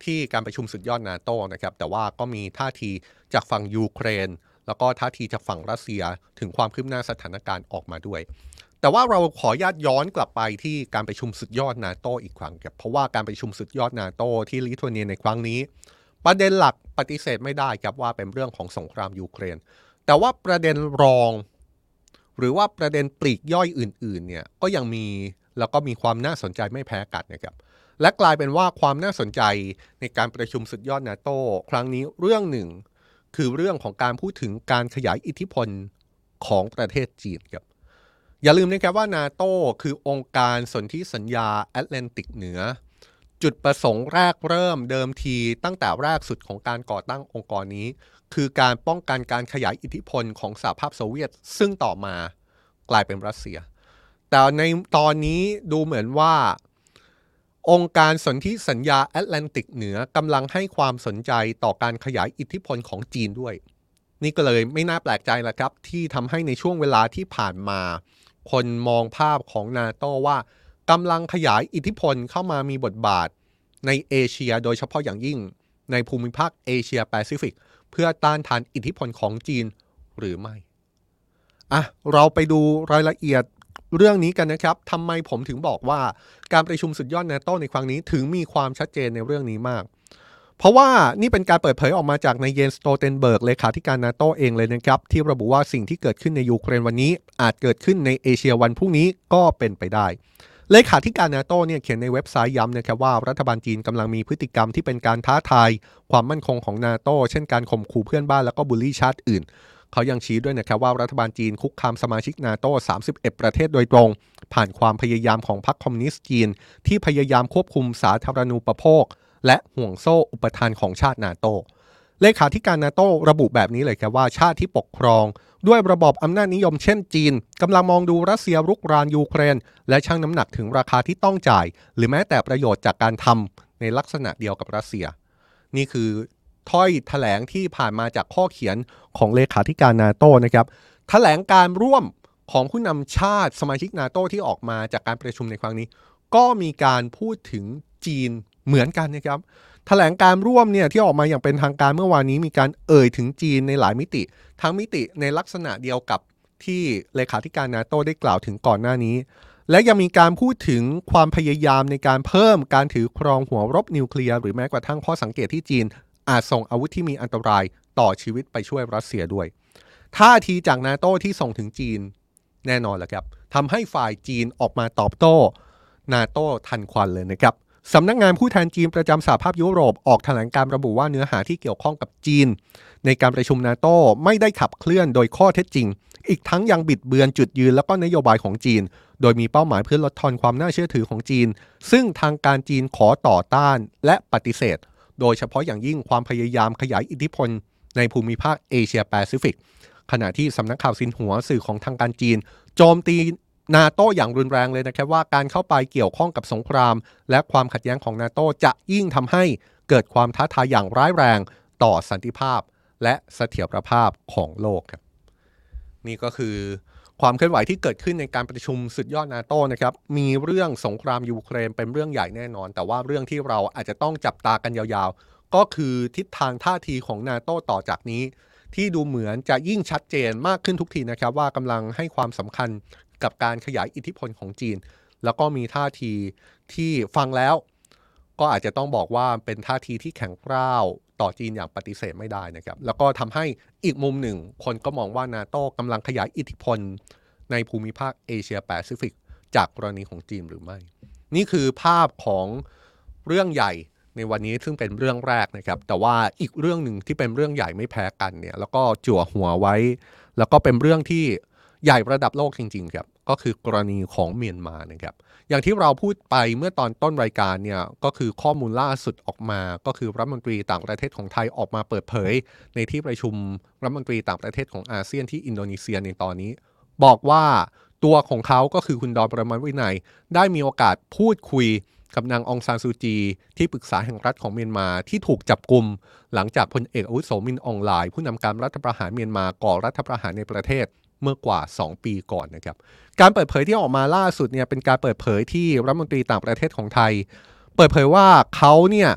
ที่การประชุมสุดยอดนาโต้นะครับแต่ว่าก็มีท่าทีจากฝั่งยูเครนแล้วก็ท่าทีจากฝั่งรัสเซียถึงความคืบหน้าสถานการณ์ออกมาด้วยแต่ว่าเราขอญาตย้อนกลับไปที่การประชุมสุดยอดนาโต้อีกครั้งครับเพราะว่าการประชุมสุดยอดนาโต้ที่ลิทัวเนียในครั้งนี้ประเด็นหลักปฏิเสธไม่ได้ครับว่าเป็นเรื่องของสงครามยูเครนแต่ว่าประเด็นรองหรือว่าประเด็นปลีกย่อยอื่นๆเนี่ยก็ยังมีแล้วก็มีความน่าสนใจไม่แพ้กันนะครับและกลายเป็นว่าความน่าสนใจในการประชุมสุดยอดนาโต้ครั้งนี้เรื่องหนึ่งคือเรื่องของการพูดถึงการขยายอิทธิพลของประเทศจีนครับอย่าลืมนะครับว่านาโต้คือองค์การสนธิสัญญาแอตแลนติกเหนือจุดประสงค์แรกเริ่มเดิมทีตั้งแต่แรกสุดของการก่อตั้งองค์กรนี้คือการป้องกันการขยายอิทธิพลของสหภาพโซเวียตซึ่งต่อมากลายเป็นรัสเซียแต่ในตอนนี้ดูเหมือนว่าองค์การสนธิสัญญาแอตแลนติกเหนือกำลังให้ความสนใจต่อการขยายอิทธิพลของจีนด้วยนี่ก็เลยไม่น่าแปลกใจละครับที่ทำให้ในช่วงเวลาที่ผ่านมาคนมองภาพของนาโต้ว่ากำลังขยายอิทธิพลเข้ามามีบทบาทในเอเชียโดยเฉพาะอย่างยิ่งในภูมิภาคเอเชียแปซิฟิกเพื่อต้านทานอิทธิพลของจีนหรือไม่เราไปดูรายละเอียดเรื่องนี้กันนะครับทำไมผมถึงบอกว่าการประชุมสุดยอดนาโต้ในครั้งนี้ถึงมีความชัดเจนในเรื่องนี้มากเพราะว่านี่เป็นการเปิดเผยออกมาจากนายเยนสโตเทนเบิร์กเลขาธิการนาโต้เองเลยนะครับที่ระบุว่าสิ่งที่เกิดขึ้นในยูเครนวันนี้อาจเกิดขึ้นในเอเชียวันพรุ่งนี้ก็เป็นไปได้เลขาธิการนาโต้เนี่ยเขียนในเว็บไซต์ย้ำนะครับว่ารัฐบาลจีนกำลังมีพฤติกรรมที่เป็นการท้าทายความมั่นคงของนาโต้เช่นการข่มขู่เพื่อนบ้านแล้วก็บูลลี่ชาติอื่นเขายังชี้ด้วยนะครับว่ารัฐบาลจีนคุกคามสมาชิกนาโต้31ประเทศโดยตรงผ่านความพยายามของพรรคคอมมิวนิสต์จีนที่พยายามควบคุมสาธารณูปโภคและห่วงโซ่อุปทานของชาตินาโต้เลขาธิการนาโต้ระบุแบบนี้เลยครับว่าชาติที่ปกครองด้วยระบอบอำนาจนิยมเช่นจีนกำลังมองดูรัสเซียรุกรานยูเครนและชั่งน้ำหนักถึงราคาที่ต้องจ่ายหรือแม้แต่ประโยชน์จากการทำในลักษณะเดียวกับรัสเซียนี่คือถ้อยแถลงที่ผ่านมาจากข้อเขียนของเลขาธิการนาโต้นะครับแถลงการร่วมของผู้นำชาติสมาชิกนาโต้ที่ออกมาจากการประชุมในครั้งนี้ก็มีการพูดถึงจีนเหมือนกันนะครับแถลงการร่วมเนี่ยที่ออกมาอย่างเป็นทางการเมื่อวานนี้มีการเอ่ยถึงจีนในหลายมิติทั้งมิติในลักษณะเดียวกับที่เลขาธิการนาโต้ได้กล่าวถึงก่อนหน้านี้และยังมีการพูดถึงความพยายามในการเพิ่มการถือครองหัวรบนิวเคลียร์หรือแม้กระทั่งข้อสังเกตที่จีนอาจส่งอาวุธที่มีอันตรายต่อชีวิตไปช่วยรัสเซียด้วยท่าทีจากนาโต้ที่ส่งถึงจีนแน่นอนแหละครับทำให้ฝ่ายจีนออกมาตอบโต้นาโต้ทันควันเลยนะครับสำนักงานผู้แทนจีนประจำสหภาพยุโรปออกแถลงการระบุว่าเนื้อหาที่เกี่ยวข้องกับจีนในการประชุมนาโต้ไม่ได้ขับเคลื่อนโดยข้อเท็จจริงอีกทั้งยังบิดเบือนจุดยืนและก็นโยบายของจีนโดยมีเป้าหมายเพื่อลดทอนความน่าเชื่อถือของจีนซึ่งทางการจีนขอต่อต้านและปฏิเสธโดยเฉพาะอย่างยิ่งความพยายามขยายอิทธิพลในภูมิภาคเอเชียแปซิฟิกขณะที่สำนักข่าวซินหัวสื่อของทางการจีนโจมตีนาโต้อย่างรุนแรงเลยนะครับว่าการเข้าไปเกี่ยวข้องกับสงครามและความขัดแย้งของนาโต้จะยิ่งทำให้เกิดความท้าทายอย่างร้ายแรงต่อสันติภาพและเสถียรภาพของโลกครับนี่ก็คือความเคลื่อนไหวที่เกิดขึ้นในการประชุมสุดยอดนาโต้นะครับมีเรื่องสงครามยูเครนเป็นเรื่องใหญ่แน่นอนแต่ว่าเรื่องที่เราอาจจะต้องจับตากันยาวๆก็คือทิศทางท่าทีของนาโต้ต่อจากนี้ที่ดูเหมือนจะยิ่งชัดเจนมากขึ้นทุกทีนะครับว่ากำลังให้ความสำคัญกับการขยายอิทธิพลของจีนแล้วก็มีท่าทีที่ฟังแล้วก็อาจจะต้องบอกว่าเป็นท่าทีที่แข็งกร้าวต่อจีนอย่างปฏิเสธไม่ได้นะครับแล้วก็ทำให้อีกมุมหนึ่งคนก็มองว่านาโต้กำลังขยายอิทธิพลในภูมิภาคเอเชียแปซิฟิกจากกรณีของจีนหรือไม่นี่คือภาพของเรื่องใหญ่ในวันนี้ซึ่งเป็นเรื่องแรกนะครับแต่ว่าอีกเรื่องหนึ่งที่เป็นเรื่องใหญ่ไม่แพ้กันเนี่ยแล้วก็จั่วหัวไว้แล้วก็เป็นเรื่องที่ใหญ่ระดับโลกจริงๆครับก็คือกรณีของเมียนมานะครับอย่างที่เราพูดไปเมื่อตอนต้นรายการเนี่ยก็คือข้อมูลล่าสุดออกมาก็คือรัฐมนตรีต่างประเทศของไทยออกมาเปิดเผยในที่ประชุมรัฐมนตรีต่างประเทศของอาเซียนที่อินโดนีเซียในตอนนี้บอกว่าตัวของเขาก็คือคุณดอนประมาณวินัยได้มีโอกาสพูดคุยกับนางองซานซูจีที่ปรึกษาแห่งรัฐของเมียนมาที่ถูกจับกุมหลังจากพลเอกอาวุโสมินอองไลน์ผู้นำการรัฐประหารเมียนมาก่อรัฐประหารในประเทศเมื่อกว่า2ปีก่อนนะครับการเปิดเผยที่ออกมาล่าสุดเนี่ยเป็นการเปิดเผยที่รัฐมนตรีต่างประเทศของไทยเปิดเผยว่าเขาเนี่ย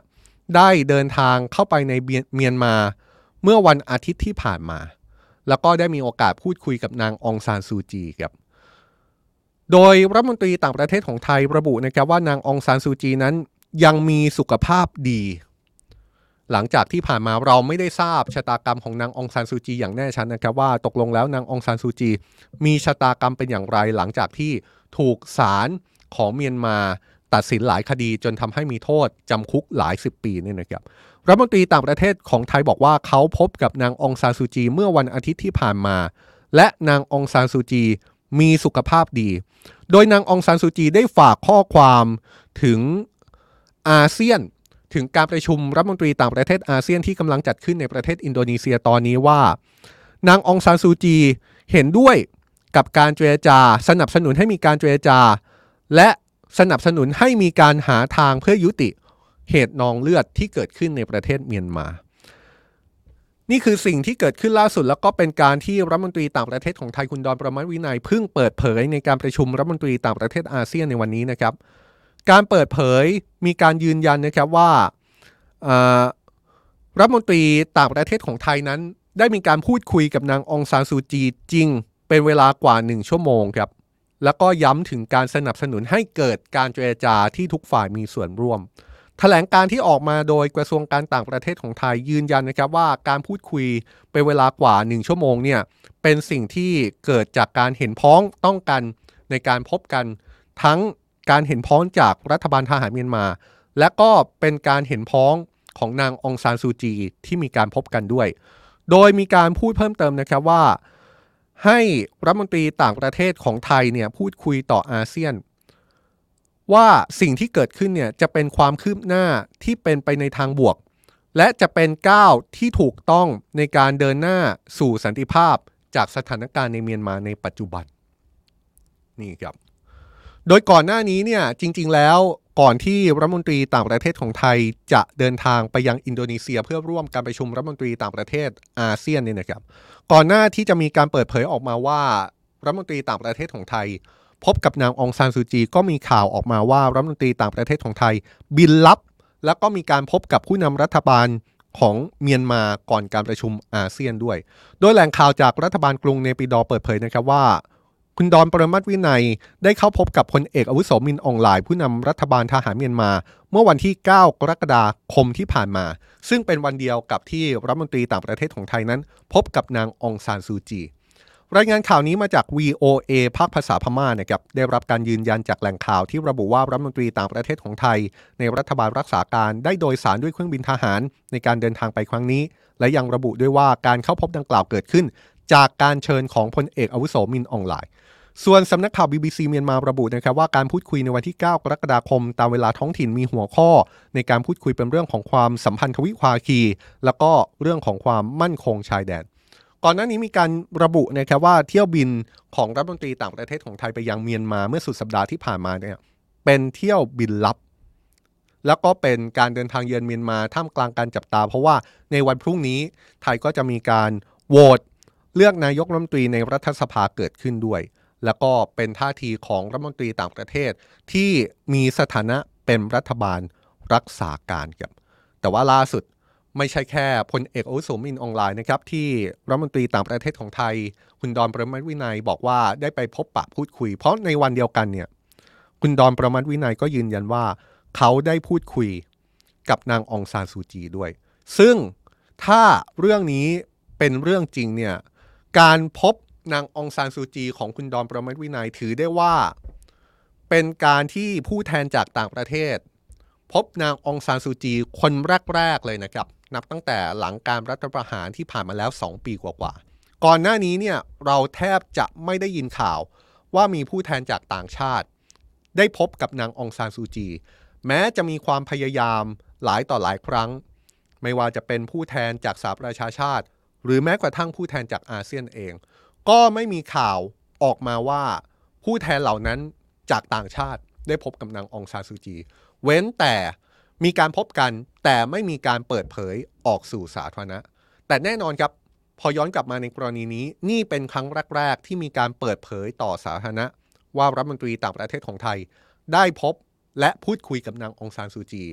ได้เดินทางเข้าไปในเมียนมาเมื่อวันอาทิตย์ที่ผ่านมาแล้วก็ได้มีโอกาสพูดคุยกับนางองซานซูจีครับโดยรัฐมนตรีต่างประเทศของไทยระบุนะครับว่านางองซานซูจีนั้นยังมีสุขภาพดีหลังจากที่ผ่านมาเราไม่ได้ทราบชะตากรรมของนางองซานซูจีอย่างแน่ชัดนะครับว่าตกลงแล้วนางองซานซูจีมีชะตากรรมเป็นอย่างไรหลังจากที่ถูกศาลของเมียนมาตัดสินหลายคดีจนทำให้มีโทษจำคุกหลายสิบปีเนี่ยนะครับรัฐมนตรีต่างประเทศของไทยบอกว่าเขาพบกับนางองซานซูจีเมื่อวันอาทิตย์ที่ผ่านมาและนางองซานซูจีมีสุขภาพดีโดยนางองซานซูจีได้ฝากข้อความถึงอาเซียนถึงการประชุมรัฐมนตรีต่างประเทศอาเซียนที่กำลังจัดขึ้นในประเทศอินโดนีเซียตอนนี้ว่านางองซานซูจีเห็นด้วยกับการเจรจาสนับสนุนให้มีการเจรจาและสนับสนุนให้มีการหาทางเพื่อยุติเหตุนองเลือดที่เกิดขึ้นในประเทศเมียนมานี่คือสิ่งที่เกิดขึ้นล่าสุดแล้วก็เป็นการที่รัฐมนตรีต่างประเทศของไทยคุณดอนประมาทวินัยเพิ่งเปิดเผยในการประชุมรัฐมนตรีต่างประเทศอาเซียนในวันนี้นะครับการเปิดเผยมีการยืนยันนะครับว่ารัฐมนตรีต่างประเทศของไทยนั้นได้มีการพูดคุยกับนางองซานซูจีจริงเป็นเวลากว่า1 ชั่วโมงครับแล้วก็ย้ำถึงการสนับสนุนให้เกิดการเจรจาที่ทุกฝ่ายมีส่วนร่วมแถลงการที่ออกมาโดยกระทรวงการต่างประเทศของไทยยืนยันนะครับว่าการพูดคุยเป็นเวลากว่า1 ชั่วโมงเนี่ยเป็นสิ่งที่เกิดจากการเห็นพ้องต้องกันในการพบกันทั้งการเห็นพ้องจากรัฐบาลทหารเมียนมาและก็เป็นการเห็นพ้องของนางองซานซูจีที่มีการพบกันด้วยโดยมีการพูดเพิ่มเติมนะครับว่าให้รัฐมนตรีต่างประเทศของไทยเนี่ยพูดคุยต่ออาเซียนว่าสิ่งที่เกิดขึ้นเนี่ยจะเป็นความคืบหน้าที่เป็นไปในทางบวกและจะเป็นก้าวที่ถูกต้องในการเดินหน้าสู่สันติภาพจากสถานการณ์ในเมียนมาในปัจจุบันนี่ครับโดยก่อนหน้านี้เนี่ยจริงๆแล้วก่อนที่รัฐมนตรีต่างประเทศของไทยจะเดินทางไปยังอินโดนีเซียเพื่อร่วมการประชุมรัฐมนตรีต่างประเทศอาเซียนเนี่ยนะครับก่อนหน้าที่จะมีการเปิดเผยออกมาว่ารัฐมนตรีต่างประเทศของไทยพบกับนางองซานซูจีก็มีข่าวออกมาว่ารัฐมนตรีต่างประเทศของไทยบินลับแล้วก็มีการพบกับผู้นำรัฐบาลของเมียนมาก่อนการประชุมอาเซียนด้วยโดยแหล่งข่าวจากรัฐบาลกรุงเนปิดอเปิดเผยนะครับว่าคุณดอนประมาทวินัยได้เข้าพบกับพลเอกอาวุโสมินอองหลายผู้นำรัฐบาลทหารเมียนมาเมื่อวันที่9 กรกฎาคมที่ผ่านมาซึ่งเป็นวันเดียวกับที่รัฐมนตรีต่างประเทศของไทยนั้นพบกับนางองซานซูจีรายงานข่าวนี้มาจาก VOA ภาคภาษาพม่านะครับได้รับการยืนยันจากแหล่งข่าวที่ระบุว่ารัฐมนตรีต่างประเทศของไทยในรัฐบาลรักษาการได้โดยสารด้วยเครื่องบินทหารในการเดินทางไปครั้งนี้และยังระบุด้วยว่าการเข้าพบดังกล่าวเกิดขึ้นจากการเชิญของพลเอกอาวุโสมินอองหลายส่วนสำนักข่าว BBC เมียนมาระบุนะครับว่าการพูดคุยในวันที่9 กรกฎาคมตามเวลาท้องถิ่นมีหัวข้อในการพูดคุยเป็นเรื่องของความสัมพันธวิภาคีแล้วก็เรื่องของความมั่นคงชายแดนก่อนหน้านี้มีการระบุนะครับว่าเที่ยวบินของรัฐมนตรีต่างประเทศของไทยไปยังเมียนมาเมื่อสุดสัปดาห์ที่ผ่านมาเนี่ยเป็นเที่ยวบินลับแล้วก็เป็นการเดินทางเยือนเมียนมาท่ามกลางการจับตาเพราะว่าในวันพรุ่งนี้ไทยก็จะมีการโหวตเลือกนายกรัฐมนตรีในรัฐสภาเกิดขึ้นด้วยแล้วก็เป็นท่าทีของรัฐมนตรีต่างประเทศที่มีสถานะเป็นรัฐบาลรักษาการครับแต่ว่าล่าสุดไม่ใช่แค่พลเอกอาวุโสมินอองหลายนะครับที่รัฐมนตรีต่างประเทศของไทยคุณดอนประมาทวินัยบอกว่าได้ไปพบปะพูดคุยเพราะในวันเดียวกันเนี่ยคุณดอนประมาทวินัยก็ยืนยันว่าเขาได้พูดคุยกับนางองซานซูจีด้วยซึ่งถ้าเรื่องนี้เป็นเรื่องจริงเนี่ยการพบนางองซานซูจีของคุณดอนประมาทวินัยถือได้ว่าเป็นการที่ผู้แทนจากต่างประเทศพบนางองซานซูจีคนแรกๆเลยนะครับนับตั้งแต่หลังการรัฐประหารที่ผ่านมาแล้ว2 ปีกว่าๆก่อนหน้านี้เนี่ยเราแทบจะไม่ได้ยินข่าวว่ามีผู้แทนจากต่างชาติได้พบกับนางองซานซูจีแม้จะมีความพยายามหลายต่อหลายครั้งไม่ว่าจะเป็นผู้แทนจากสหประชาชาติหรือแม้กระทั่งผู้แทนจากอาเซียนเองก็ไม่มีข่าวออกมาว่าผู้แทนเหล่านั้นจากต่างชาติได้พบกับนางองซานซูจีเว้นแต่มีการพบกันแต่ไม่มีการเปิดเผยออกสู่สาธารณะแต่แน่นอนครับพอย้อนกลับมาในกรณีนี้นี่เป็นครั้งแรกๆที่มีการเปิดเผยต่อสาธารณะว่ารัฐมนตรีต่างประเทศของไทยได้พบและพูดคุยกับนางองซานซูจี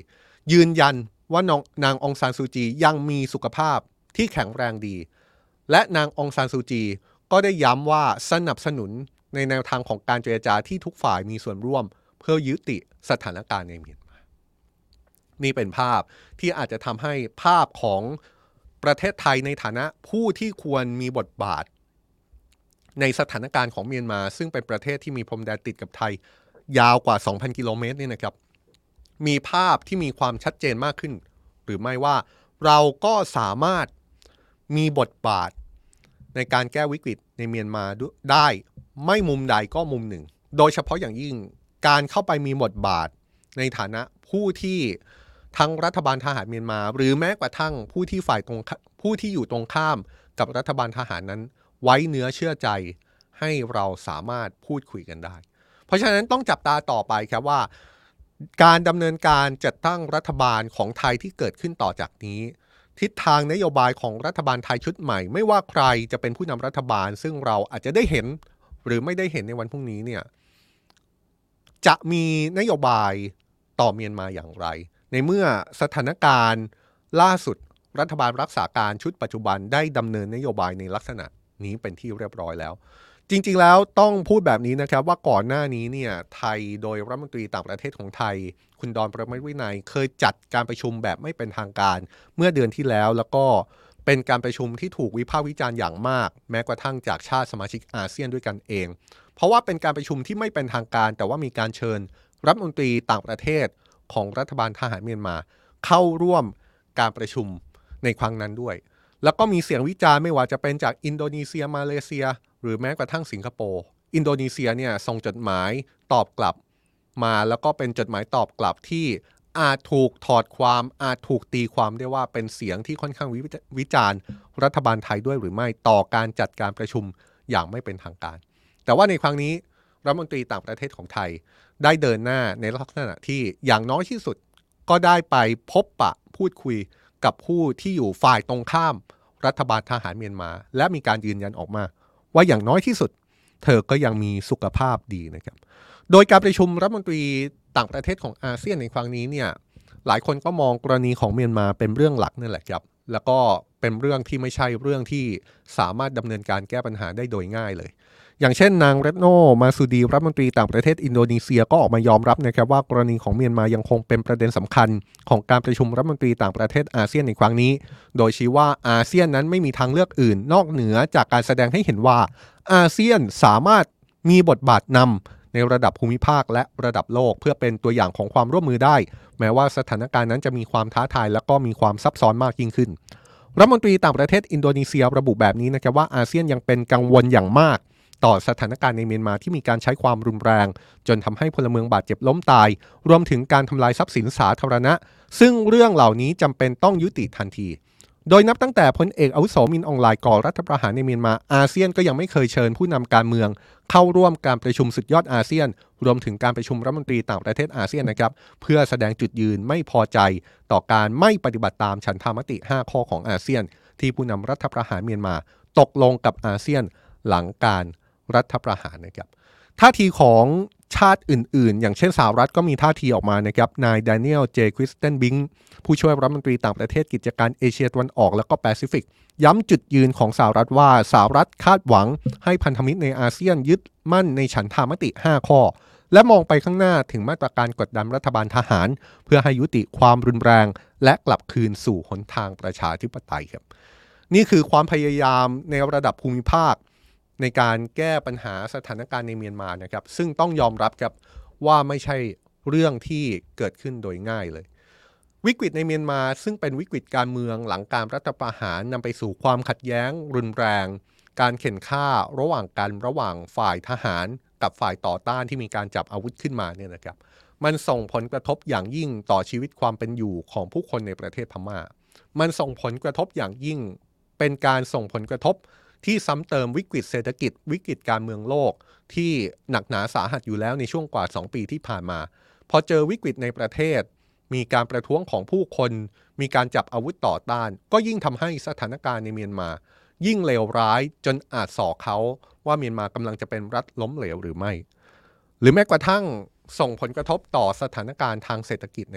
ยืนยันว่านางองซานซูจียังมีสุขภาพที่แข็งแรงดีและนางองซานซูจีก็ได้ย้ำว่าสนับสนุนในแนวทางของการเจรจาที่ทุกฝ่ายมีส่วนร่วมเพื่อยุติสถานการณ์ในเมียนมานี่เป็นภาพที่อาจจะทำให้ภาพของประเทศไทยในฐานะผู้ที่ควรมีบทบาทในสถานการณ์ของเมียนมาซึ่งเป็นประเทศที่มีพรมแดนติดกับไทยยาวกว่า 2,000 กิโลเมตรนี่นะครับมีภาพที่มีความชัดเจนมากขึ้นหรือไม่ว่าเราก็สามารถมีบทบาทในการแก้วิกฤตในเมียนมาได้ไม่มุมใดก็มุมหนึ่งโดยเฉพาะอย่างยิ่งการเข้าไปมีบทบาทในฐานะผู้ที่ทั้งรัฐบาลทหารเมียนมาหรือแม้กระทั่งผู้ที่อยู่ตรงข้ามกับรัฐบาลทหารนั้นไว้เนื้อเชื่อใจให้เราสามารถพูดคุยกันได้เพราะฉะนั้นต้องจับตาต่อไปครับว่าการดำเนินการจัดตั้งรัฐบาลของไทยที่เกิดขึ้นต่อจากนี้ทิศทางนโยบายของรัฐบาลไทยชุดใหม่ไม่ว่าใครจะเป็นผู้นำรัฐบาลซึ่งเราอาจจะได้เห็นหรือไม่ได้เห็นในวันพรุ่งนี้เนี่ยจะมีนโยบายต่อเมียนมาอย่างไรในเมื่อสถานการณ์ล่าสุดรัฐบาลรักษาการชุดปัจจุบันได้ดำเนินนโยบายในลักษณะนี้เป็นที่เรียบร้อยแล้วจริงๆแล้วต้องพูดแบบนี้นะครับว่าก่อนหน้านี้เนี่ยไทยโดยรัฐมนตรีต่างประเทศของไทยคุณดอนประมัติวินัยเคยจัดการประชุมแบบไม่เป็นทางการเมื่อเดือนที่แล้วแล้วก็เป็นการประชุมที่ถูกวิพากษ์วิจารณ์อย่างมากแม้กระทั่งจากชาติสมาชิกอาเซียนด้วยกันเองเพราะว่าเป็นการประชุมที่ไม่เป็นทางการแต่ว่ามีการเชิญรัฐมนตรีต่างประเทศของรัฐบาลทหารเมียนมาเข้าร่วมการประชุมในครั้งนั้นด้วยแล้วก็มีเสียงวิจารณ์ไม่ว่าจะเป็นจากอินโดนีเซียมาเลเซียหรือแม้กระทั่งสิงคโปร์อินโดนีเซียเนี่ยส่งจดหมายตอบกลับมาแล้วก็เป็นจดหมายตอบกลับที่อาจถูกถอดความอาจถูกตีความได้ว่าเป็นเสียงที่ค่อนข้างวิจารณ์รัฐบาลไทยด้วยหรือไม่ต่อการจัดการประชุมอย่างไม่เป็นทางการแต่ว่าในครั้งนี้รัฐมนตรีต่างประเทศของไทยได้เดินหน้าในลักษณะที่อย่างน้อยที่สุดก็ได้ไปพบปะพูดคุยกับผู้ที่อยู่ฝ่ายตรงข้ามรัฐบาลทหารเมียนมาและมีการยืนยันออกมาว่าอย่างน้อยที่สุดเธอก็ยังมีสุขภาพดีนะครับโดยการประชุมรัฐมนตรีต่างประเทศของอาเซียนในครั้งนี้เนี่ยหลายคนก็มองกรณีของเมียนมาเป็นเรื่องหลักนั่นแหละครับแล้วก็เป็นเรื่องที่ไม่ใช่เรื่องที่สามารถดำเนินการแก้ปัญหาได้โดยง่ายเลยอย่างเช่นนางเรตโนมาซูดีรัฐมนตรีต่างประเทศอินโดนีเซียก็ออกมายอมรับนะครับว่ากรณีของเมียนมายังคงเป็นประเด็นสำคัญของการประชุมรัฐมนตรีต่างประเทศอาเซียนในครั้งนี้โดยชี้ว่าอาเซียนนั้นไม่มีทางเลือกอื่นนอกเหนือจากการแสดงให้เห็นว่าอาเซียนสามารถมีบทบาทนำในระดับภูมิภาคและระดับโลกเพื่อเป็นตัวอย่างของความร่วมมือได้แม้ว่าสถานการณ์นั้นจะมีความท้าทายและก็มีความซับซ้อนมากยิ่งขึ้นรัฐมนตรีต่างประเทศอินโดนีเซียระบุแบบนี้นะครับว่าอาเซียนยังเป็นกังวลอย่างมากต่อสถานการณ์ในเมียนมาที่มีการใช้ความรุนแรงจนทำให้พลเมืองบาดเจ็บล้มตายรวมถึงการทำลายทรัพย์สินสาธารณะซึ่งเรื่องเหล่านี้จำเป็นต้องยุติทันทีโดยนับตั้งแต่พลเอกอาวุโสมินอองไลน์ก่อรัฐประหารในเมียนมาอาเซียนก็ยังไม่เคยเชิญผู้นำการเมืองเข้าร่วมการประชุมสุดยอดอาเซียนรวมถึงการประชุมรัฐมนตรีต่างประเทศอาเซียนนะครับเพื่อแสดงจุดยืนไม่พอใจต่อการไม่ปฏิบัติตามฉันทามติ5ข้อของอาเซียนที่ผู้นำรัฐประหารเมียนมาตกลงกับอาเซียนหลังการรัฐประหารนะครับท่าทีของชาติอื่นๆอย่างเช่นสหรัฐก็มีท่าทีออกมานะครับนายแดเนียลเจคริสเตนบิงผู้ช่วยรัฐมนตรีต่างประเทศกิจการเอเชียตะวันออกและก็แปซิฟิกย้ำจุดยืนของสหรัฐว่าสหรัฐคาดหวังให้พันธมิตรในอาเซียนยึดมั่นในฉันทามติ5ข้อและมองไปข้างหน้าถึงมาตรการกดดันรัฐบาลทหารเพื่อให้ยุติความรุนแรงและกลับคืนสู่หนทางประชาธิปไตยครับนี่คือความพยายามในระดับภูมิภาคในการแก้ปัญหาสถานการณ์ในเมียนมานะครับซึ่งต้องยอมรับครับว่าไม่ใช่เรื่องที่เกิดขึ้นโดยง่ายเลยวิกฤตในเมียนมาซึ่งเป็นวิกฤตการเมืองหลังการรัฐประหารนำไปสู่ความขัดแย้งรุนแรงการเข็นฆ่าระหว่างฝ่ายทหารกับฝ่ายต่อต้านที่มีการจับอาวุธขึ้นมาเนี่ยนะครับมันส่งผลกระทบอย่างยิ่งต่อชีวิตความเป็นอยู่ของผู้คนในประเทศพม่ามันส่งผลกระทบอย่างยิ่งเป็นการส่งผลกระทบที่ซ้ำเติมวิกฤตเศรษฐกิจวิกฤตการเมืองโลกที่หนักหนาสาหัสอยู่แล้วในช่วงกว่า2 ปีที่ผ่านมาพอเจอวิกฤตในประเทศมีการประท้วงของผู้คนมีการจับอาวุธต่อต้านก็ยิ่งทำให้สถานการณ์ในเมียนมายิ่งเลวร้ายจนอาจส่อเขาว่าเมียนมากำลังจะเป็นรัฐล้มเหลวหรือไม่หรือแม้กระทั่งส่งผลกระทบต่อสถานการณ์ทางเศรษฐกิจนะครับ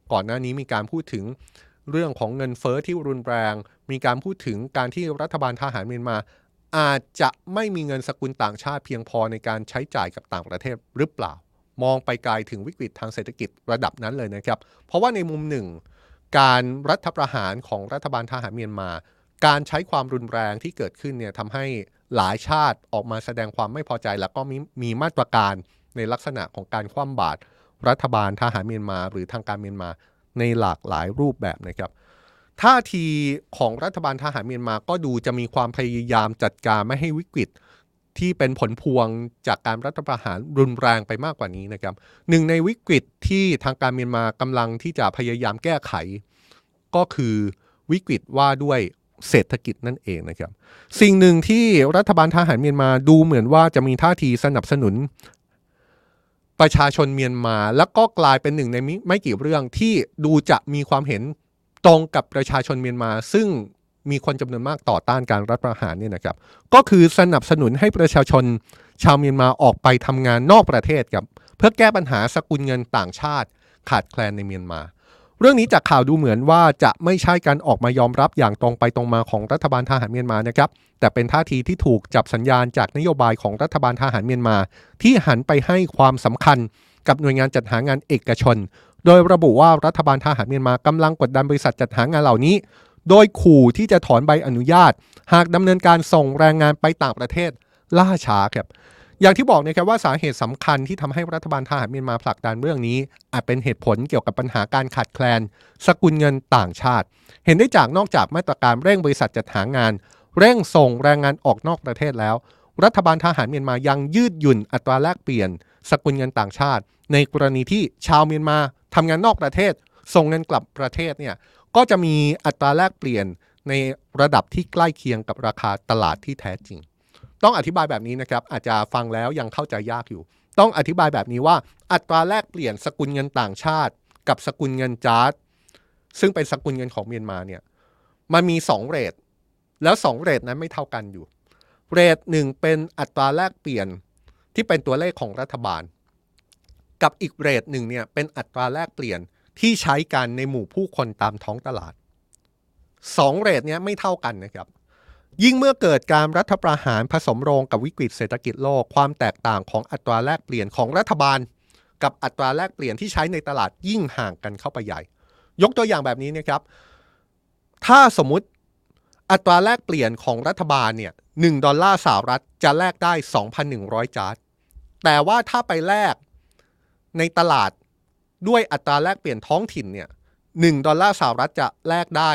ก่อนหน้านี้มีการพูดถึงเรื่องของเงินเฟ้อที่รุนแรงมีการพูดถึงการที่รัฐบาลทหารเมียนมาอาจจะไม่มีเงินสกุลต่างชาติเพียงพอในการใช้จ่ายกับต่างประเทศหรือเปล่ามองไปไกลถึงวิกฤตทางเศรษฐกิจระดับนั้นเลยนะครับเพราะว่าในมุมหนึ่งการรัฐประหารของรัฐบาลทหารเมียนมาการใช้ความรุนแรงที่เกิดขึ้นเนี่ยทำให้หลายชาติออกมาแสดงความไม่พอใจแล้วก็มีมาตรการในลักษณะของการคว่ำบาตรรัฐบาลทหารเมียนมาหรือทางการเมียนมาในหลากหลายรูปแบบนะครับท่าทีของรัฐบาลทหารเมียนมาก็ดูจะมีความพยายามจัดการไม่ให้วิกฤตที่เป็นผลพวงจากการรัฐประหารรุนแรงไปมากกว่านี้นะครับหนึ่งในวิกฤตที่ทางการเมียนมากำลังที่จะพยายามแก้ไขก็คือวิกฤตว่าด้วยเศรษฐกิจนั่นเองนะครับสิ่งหนึ่งที่รัฐบาลทหารเมียนมาดูเหมือนว่าจะมีท่าทีสนับสนุนประชาชนเมียนมาแล้วก็กลายเป็นหนึ่งในไม่กี่เรื่องที่ดูจะมีความเห็นตรงกับประชาชนเมียนมาซึ่งมีคนจำนวนมากต่อต้านการรัฐประหารเนี่ยนะครับก็คือสนับสนุนให้ประชาชนชาวเมียนมาออกไปทำงานนอกประเทศครับเพื่อแก้ปัญหาสกุลเงินต่างชาติขาดแคลนในเมียนมาเรื่องนี้จากข่าวดูเหมือนว่าจะไม่ใช่การออกมายอมรับอย่างตรงไปตรงมาของรัฐบาลทหารเมียนมานะครับแต่เป็นท่าทีที่ถูกจับสัญญาณจากนโยบายของรัฐบาลทหารเมียนมาที่หันไปให้ความสำคัญกับหน่วยงานจัดหางานเอกชนโดยระบุว่ารัฐบาลทหารเมียนมากำลังกดดันบริษัทจัดหางานเหล่านี้โดยขู่ที่จะถอนใบอนุญาตหากดำเนินการส่งแรงงานไปต่างประเทศล่าช้าครับอย่างที่บอกนะครับว่าสาเหตุสำคัญที่ทำให้รัฐบาลทหารเมียนมาผลักดันเรื่องนี้อาจเป็นเหตุผลเกี่ยวกับปัญหาการขาดแคลนสกุลเงินต่างชาติเห็นได้จากนอกจากมาตรการเร่งบริษัทจัดหางานเร่งส่งแรงงานออกนอกประเทศแล้วรัฐบาลทหารเมียนมายังยืดหยุ่นอัตราแลกเปลี่ยนสกุลเงินต่างชาติในกรณีที่ชาวเมียนมาทำงานนอกประเทศส่งเงินกลับประเทศเนี่ยก็จะมีอัตราแลกเปลี่ยนในระดับที่ใกล้เคียงกับราคาตลาดที่แท้จริงต้องอธิบายแบบนี้นะครับอาจจะฟังแล้วยังเข้าใจยากอยู่ต้องอธิบายแบบนี้ว่าอัตราแลกเปลี่ยนสกุลเงินต่างชาติกับสกุลเงินจาร์ดซึ่งเป็นสกุลเงินของเมียนมาเนี่ยมันมี2เรทแล้ว2เรทนั้นไม่เท่ากันอยู่เรทหนึ่งเป็นอัตราแลกเปลี่ยนที่เป็นตัวเลขของรัฐบาลกับอีกเรทหนึ่งเนี่ยเป็นอัตราแลกเปลี่ยนที่ใช้กันในหมู่ผู้คนตามท้องตลาด2เรทเนี้ยไม่เท่ากันนะครับยิ่งเมื่อเกิดการรัฐประหารผสมโรงกับวิกฤตเศรษฐกิจโลกความแตกต่างของอัตราแลกเปลี่ยนของรัฐบาลกับอัตราแลกเปลี่ยนที่ใช้ในตลาดยิ่งห่างกันเข้าไปใหญ่ยกตัวอย่างแบบนี้นะครับถ้าสมมุติอัตราแลกเปลี่ยนของรัฐบาลเนี่ย$1สหรัฐจะแลกได้ 2,100 จาร์ดแต่ว่าถ้าไปแลกในตลาดด้วยอัตราแลกเปลี่ยนท้องถิ่นเนี่ย$1สหรัฐจะแลกได้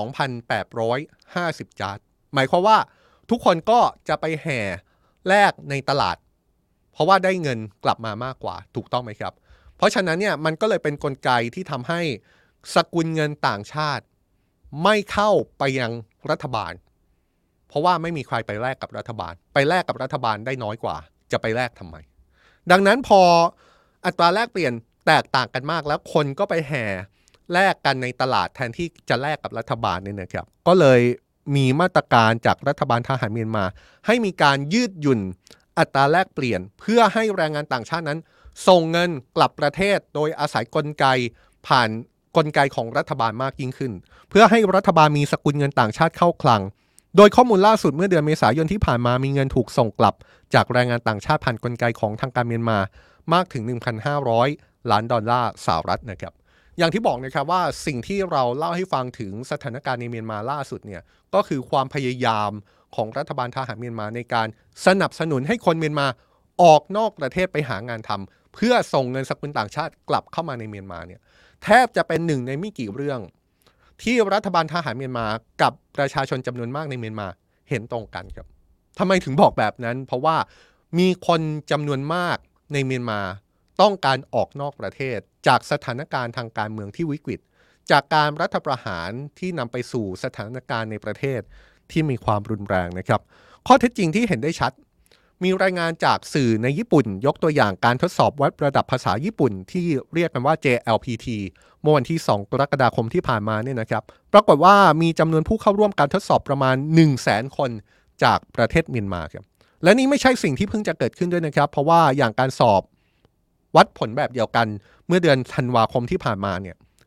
2,850 จาร์ดหมายความว่าทุกคนก็จะไปแห่แลกในตลาดเพราะว่าได้เงินกลับมามากกว่าถูกต้องไหมครับเพราะฉะนั้นเนี่ยมันก็เลยเป็นกลไกที่ทำให้สกุลเงินต่างชาติไม่เข้าไปยังรัฐบาลเพราะว่าไม่มีใครไปแลกกับรัฐบาลไปแลกกับรัฐบาลได้น้อยกว่าจะไปแลกทำไมดังนั้นพออัตราแลกเปลี่ยนแตกต่างกันมากแล้วคนก็ไปแห่แลกกันในตลาดแทนที่จะแลกกับรัฐบาลเนี่ยนะครับก็เลยมีมาตรการจากรัฐบาลทหารเมียนมาให้มีการยืดหยุ่นอัตราแลกเปลี่ยนเพื่อให้แรงงานต่างชาตินั้นส่งเงินกลับประเทศโดยอาศัยกลไกผ่านกลไกของรัฐบาลมากยิ่งขึ้นเพื่อให้รัฐบาลมีสกุลเงินต่างชาติเข้าคลังโดยข้อมูลล่าสุดเมื่อเดือนเมษายนที่ผ่านมามีเงินถูกส่งกลับจากแรงงานต่างชาติผ่านกลไกของทางการเมียนมามากถึง $1,500 ล้านสหรัฐนะครับอย่างที่บอกนะครับว่าสิ่งที่เราเล่าให้ฟังถึงสถานการณ์ในเมียนมาล่าสุดเนี่ยก็คือความพยายามของรัฐบาลทหารเมียนมาในการสนับสนุนให้คนเมียนมาออกนอกประเทศไปหางานทำเพื่อส่งเงินสกุลต่างชาติกลับเข้ามาในเมียนมาเนี่ยแทบจะเป็นหนึ่งในไม่กี่เรื่องที่รัฐบาลทหารเมียนมากับประชาชนจำนวนมากในเมียนมาเห็นตรงกันครับทำไมถึงบอกแบบนั้นเพราะว่ามีคนจำนวนมากในเมียนมาต้องการออกนอกประเทศจากสถานการณ์ทางการเมืองที่วิกฤตจากการรัฐประหารที่นำไปสู่สถานการณ์ในประเทศที่มีความรุนแรงนะครับข้อเท็จจริงที่เห็นได้ชัดมีรายงานจากสื่อในญี่ปุ่นยกตัวอย่างการทดสอบวัดระดับภาษาญี่ปุ่นที่เรียกกันว่า JLPT เมื่อวันที่2กรกฎาคมที่ผ่านมาเนี่ยนะครับปรากฏว่ามีจำนวนผู้เข้าร่วมการทดสอบประมาณ 100,000 คนจากประเทศเมียนมาครับและนี่ไม่ใช่สิ่งที่เพิ่งจะเกิดขึ้นด้วยนะครับเพราะว่าอย่างการสอบวัดผลแบบเดียวกันเมื่อเดือนธันวาคมที่ผ่านมาเนี่ย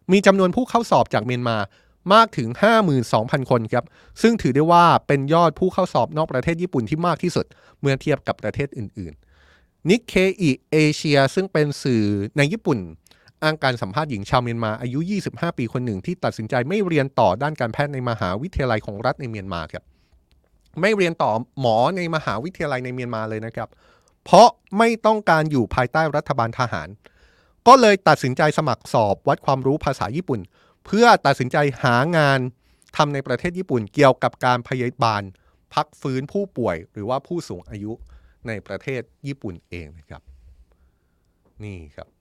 มีจำนวนผู้เข้าสอบจากเมียนมามากถึง 52,000 คนครับซึ่งถือได้ว่าเป็นยอดผู้เข้าสอบนอกประเทศญี่ปุ่นที่มากที่สุดเมื่อเทียบกับประเทศอื่นๆนิกเคอิเอเชียซึ่งเป็นสื่อในญี่ปุ่นอ้างการสัมภาษณ์หญิงชาวเมียนมาอายุ 25 ปีคนหนึ่งที่ตัดสินใจไม่เรียนต่อด้านการแพทย์ในมหาวิทยาลัยของรัฐในเมียนมาครับไม่เรียนต่อหมอในมหาวิทยาลัยในเมียนมาเลยนะครับเพราะไม่ต้องการอยู่ภายใต้รัฐบาลทหารก็เลยตัดสินใจสมัครสอบวัดความรู้ภาษาญี่ปุ่นเพื่อตัดสินใจหางานทำในประเทศญี่ปุ่นเกี่ยวกับการพยาบาลพักฟื้นผู้ป่วยหรือว่าผู้สูงอายุในประเทศญี่ปุ่นเองนะครับนี่ครับ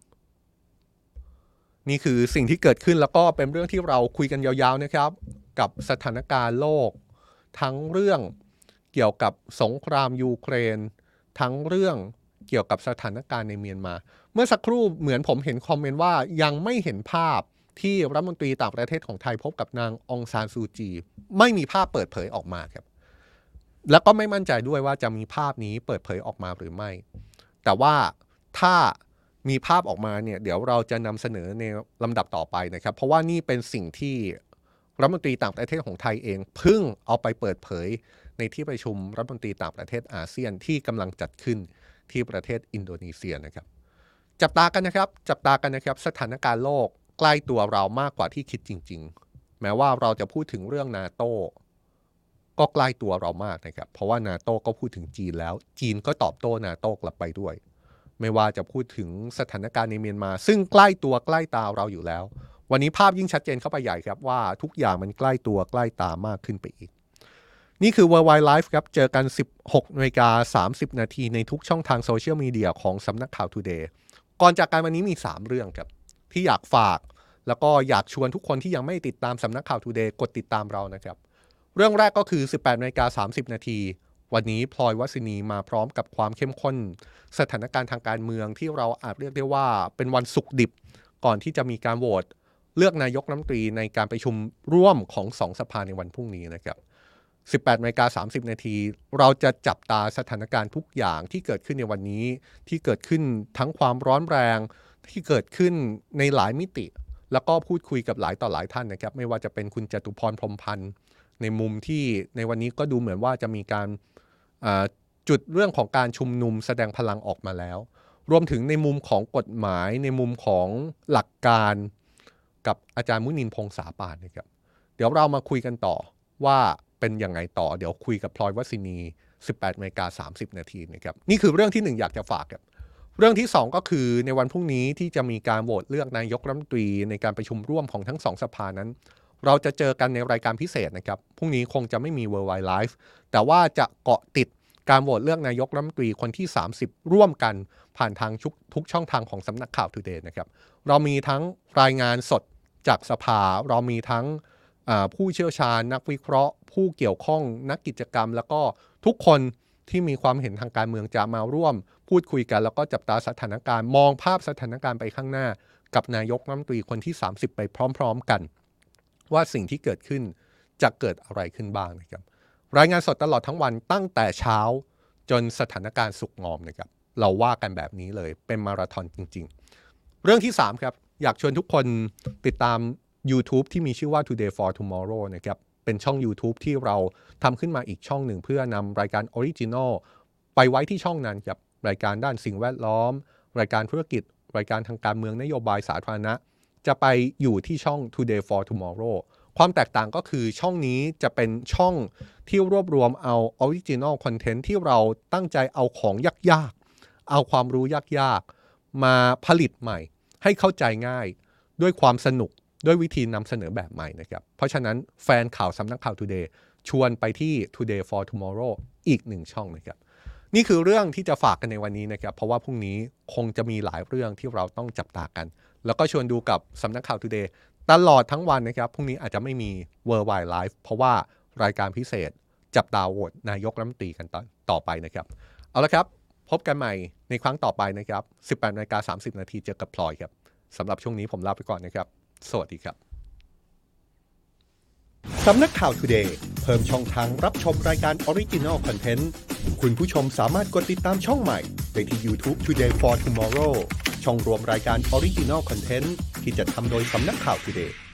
นี่คือสิ่งที่เกิดขึ้นแล้วก็เป็นเรื่องที่เราคุยกันยาวๆนะครับกับสถานการณ์โลกทั้งเรื่องเกี่ยวกับสงครามยูเครนทั้งเรื่องเกี่ยวกับสถานการณ์ในเมียนมาเมื่อสักครู่เหมือนผมเห็นคอมเมนต์ว่ายังไม่เห็นภาพที่รัฐมนตรีต่างประเทศของไทยพบกับนางองซานซูจีไม่มีภาพเปิดเผยออกมาครับแล้วก็ไม่มั่นใจด้วยว่าจะมีภาพนี้เปิดเผยออกมาหรือไม่แต่ว่าถ้ามีภาพออกมาเนี่ยเดี๋ยวเราจะนำเสนอในลำดับต่อไปนะครับเพราะว่านี่เป็นสิ่งที่รัฐมนตรีต่างประเทศของไทยเองเพิ่งเอาไปเปิดเผยในที่ประชุมรัฐมนตรีต่างประเทศอาเซียนที่กำลังจัดขึ้นที่ประเทศอินโดนีเซียนะครับจับตากันนะครับสถานการณ์โลกใกล้ตัวเรามากกว่าที่คิดจริงๆแม้ว่าเราจะพูดถึงเรื่องนาโต้ก็ใกล้ตัวเรามากนะครับเพราะว่านาโต้ก็พูดถึงจีนแล้วจีนก็ตอบโต้นาโต้กลับไปด้วยไม่ว่าจะพูดถึงสถานการณ์ในเมียนมาซึ่งใกล้ตัวใกล้ตาเราอยู่แล้ววันนี้ภาพยิ่งชัดเจนเข้าไปใหญ่ครับว่าทุกอย่างมันใกล้ตัวใกล้ตามากขึ้นไปอีกนี่คือ Worldwide Live ครับเจอกัน 16:30 นาทีในทุกช่องทางโซเชียลมีเดียของสำนักข่าว Today ก่อนจากการวันนี้มี3เรื่องครับที่อยากฝากแล้วก็อยากชวนทุกคนที่ยังไม่ติดตามสำนักข่าว Today กดติดตามเรานะครับเรื่องแรกก็คือ 18:30 นาทีวันนี้พลอยวศินีมาพร้อมกับความเข้มข้นสถานการณ์ทางการเมืองที่เราอาจเรียกได้ว่าเป็นวันศุกร์ดิบก่อนที่จะมีการโหวตเลือกนายกรัฐมนตรีในการประชุมร่วมของ2สภาในวันพรุ่งนี้นะครับ 18:30 นาทีเราจะจับตาสถานการณ์ทุกอย่างที่เกิดขึ้นในวันนี้ที่เกิดขึ้นทั้งความร้อนแรงที่เกิดขึ้นในหลายมิติแล้วก็พูดคุยกับหลายต่อหลายท่านนะครับไม่ว่าจะเป็นคุณจตุพรพรหมพันธ์ในมุมที่ในวันนี้ก็ดูเหมือนว่าจะมีการจุดเรื่องของการชุมนุมแสดงพลังออกมาแล้วรวมถึงในมุมของกฎหมายในมุมของหลักการกับอาจารย์มุนินทร์พงษาปานนะครับเดี๋ยวเรามาคุยกันต่อว่าเป็นยังไงต่อเดี๋ยวคุยกับพลอยวศินี 18:30 นาทีนะครับนี่คือเรื่องที่1อยากจะฝากครับเรื่องที่2ก็คือในวันพรุ่งนี้ที่จะมีการโหวตเลือกนายกรัฐมนตรีในการประชุมร่วมของทั้ง2สภานั้นเราจะเจอกันในรายการพิเศษนะครับพรุ่งนี้คงจะไม่มี Worldwide Live แต่ว่าจะเกาะติดการโหวตเลือกนายกรัฐมนตรีคนที่30ร่วมกันผ่านทางทุกช่องทางของสำนักข่าว Today นะครับเรามีทั้งรายงานสดจากสภาเรามีทั้งผู้เชี่ยวชาญนักวิเคราะห์ผู้เกี่ยวข้องนักกิจกรรมแล้วก็ทุกคนที่มีความเห็นทางการเมืองจะมาร่วมพูดคุยกันแล้วก็จับตาสถานการณ์มองภาพสถานการณ์ไปข้างหน้ากับนายกรัฐมนตรีคนที่30ไปพร้อมๆกันว่าสิ่งที่เกิดขึ้นจะเกิดอะไรขึ้นบ้างนะครับรายงานสดตลอดทั้งวันตั้งแต่เช้าจนสถานการณ์สุกงอมนะครับเราว่ากันแบบนี้เลยเป็นมาราธอนจริงๆเรื่องที่3ครับอยากชวนทุกคนติดตามYouTube ที่มีชื่อว่า Today for Tomorrow นะครับเป็นช่อง YouTube ที่เราทำขึ้นมาอีกช่องหนึ่งเพื่อนำรายการออริจินอลไปไว้ที่ช่องนั้นกับรายการด้านสิ่งแวดล้อมรายการธุรกิจรายการทางการเมืองนโยบายสาธารณะจะไปอยู่ที่ช่อง Today for Tomorrow ความแตกต่างก็คือช่องนี้จะเป็นช่องที่รวบรวมเอาออริจินอลคอนเทนต์ที่เราตั้งใจเอาของยากๆเอาความรู้ยากๆมาผลิตใหม่ให้เข้าใจง่ายด้วยความสนุกด้วยวิธีนำเสนอแบบใหม่นะครับเพราะฉะนั้นแฟนข่าวสำนักข่าว Today ชวนไปที่ Today for Tomorrow อีก1ช่องนะครับนี่คือเรื่องที่จะฝากกันในวันนี้นะครับเพราะว่าพรุ่งนี้คงจะมีหลายเรื่องที่เราต้องจับตากันแล้วก็ชวนดูกับสำนักข่าว Today ตลอดทั้งวันนะครับพรุ่งนี้อาจจะไม่มี Worldwide Live เพราะว่ารายการพิเศษจับตาโหวตนายกรัฐมนตรีกันต่อไปนะครับเอาละครับพบกันใหม่ในครั้งต่อไปนะครับ 18:30 นาทีเจอกับพลอยครับสำหรับช่วงนี้ผมลาไปก่อนนะครับสวัสดีครับสำนักข่าว Today เพิ่มช่องทางรับชมรายการ Original Content คุณผู้ชมสามารถกดติดตามช่องใหม่ได้ที่ YouTube Today for Tomorrow ช่องรวมรายการ Original Content ที่จะทำโดยสำนักข่าว Today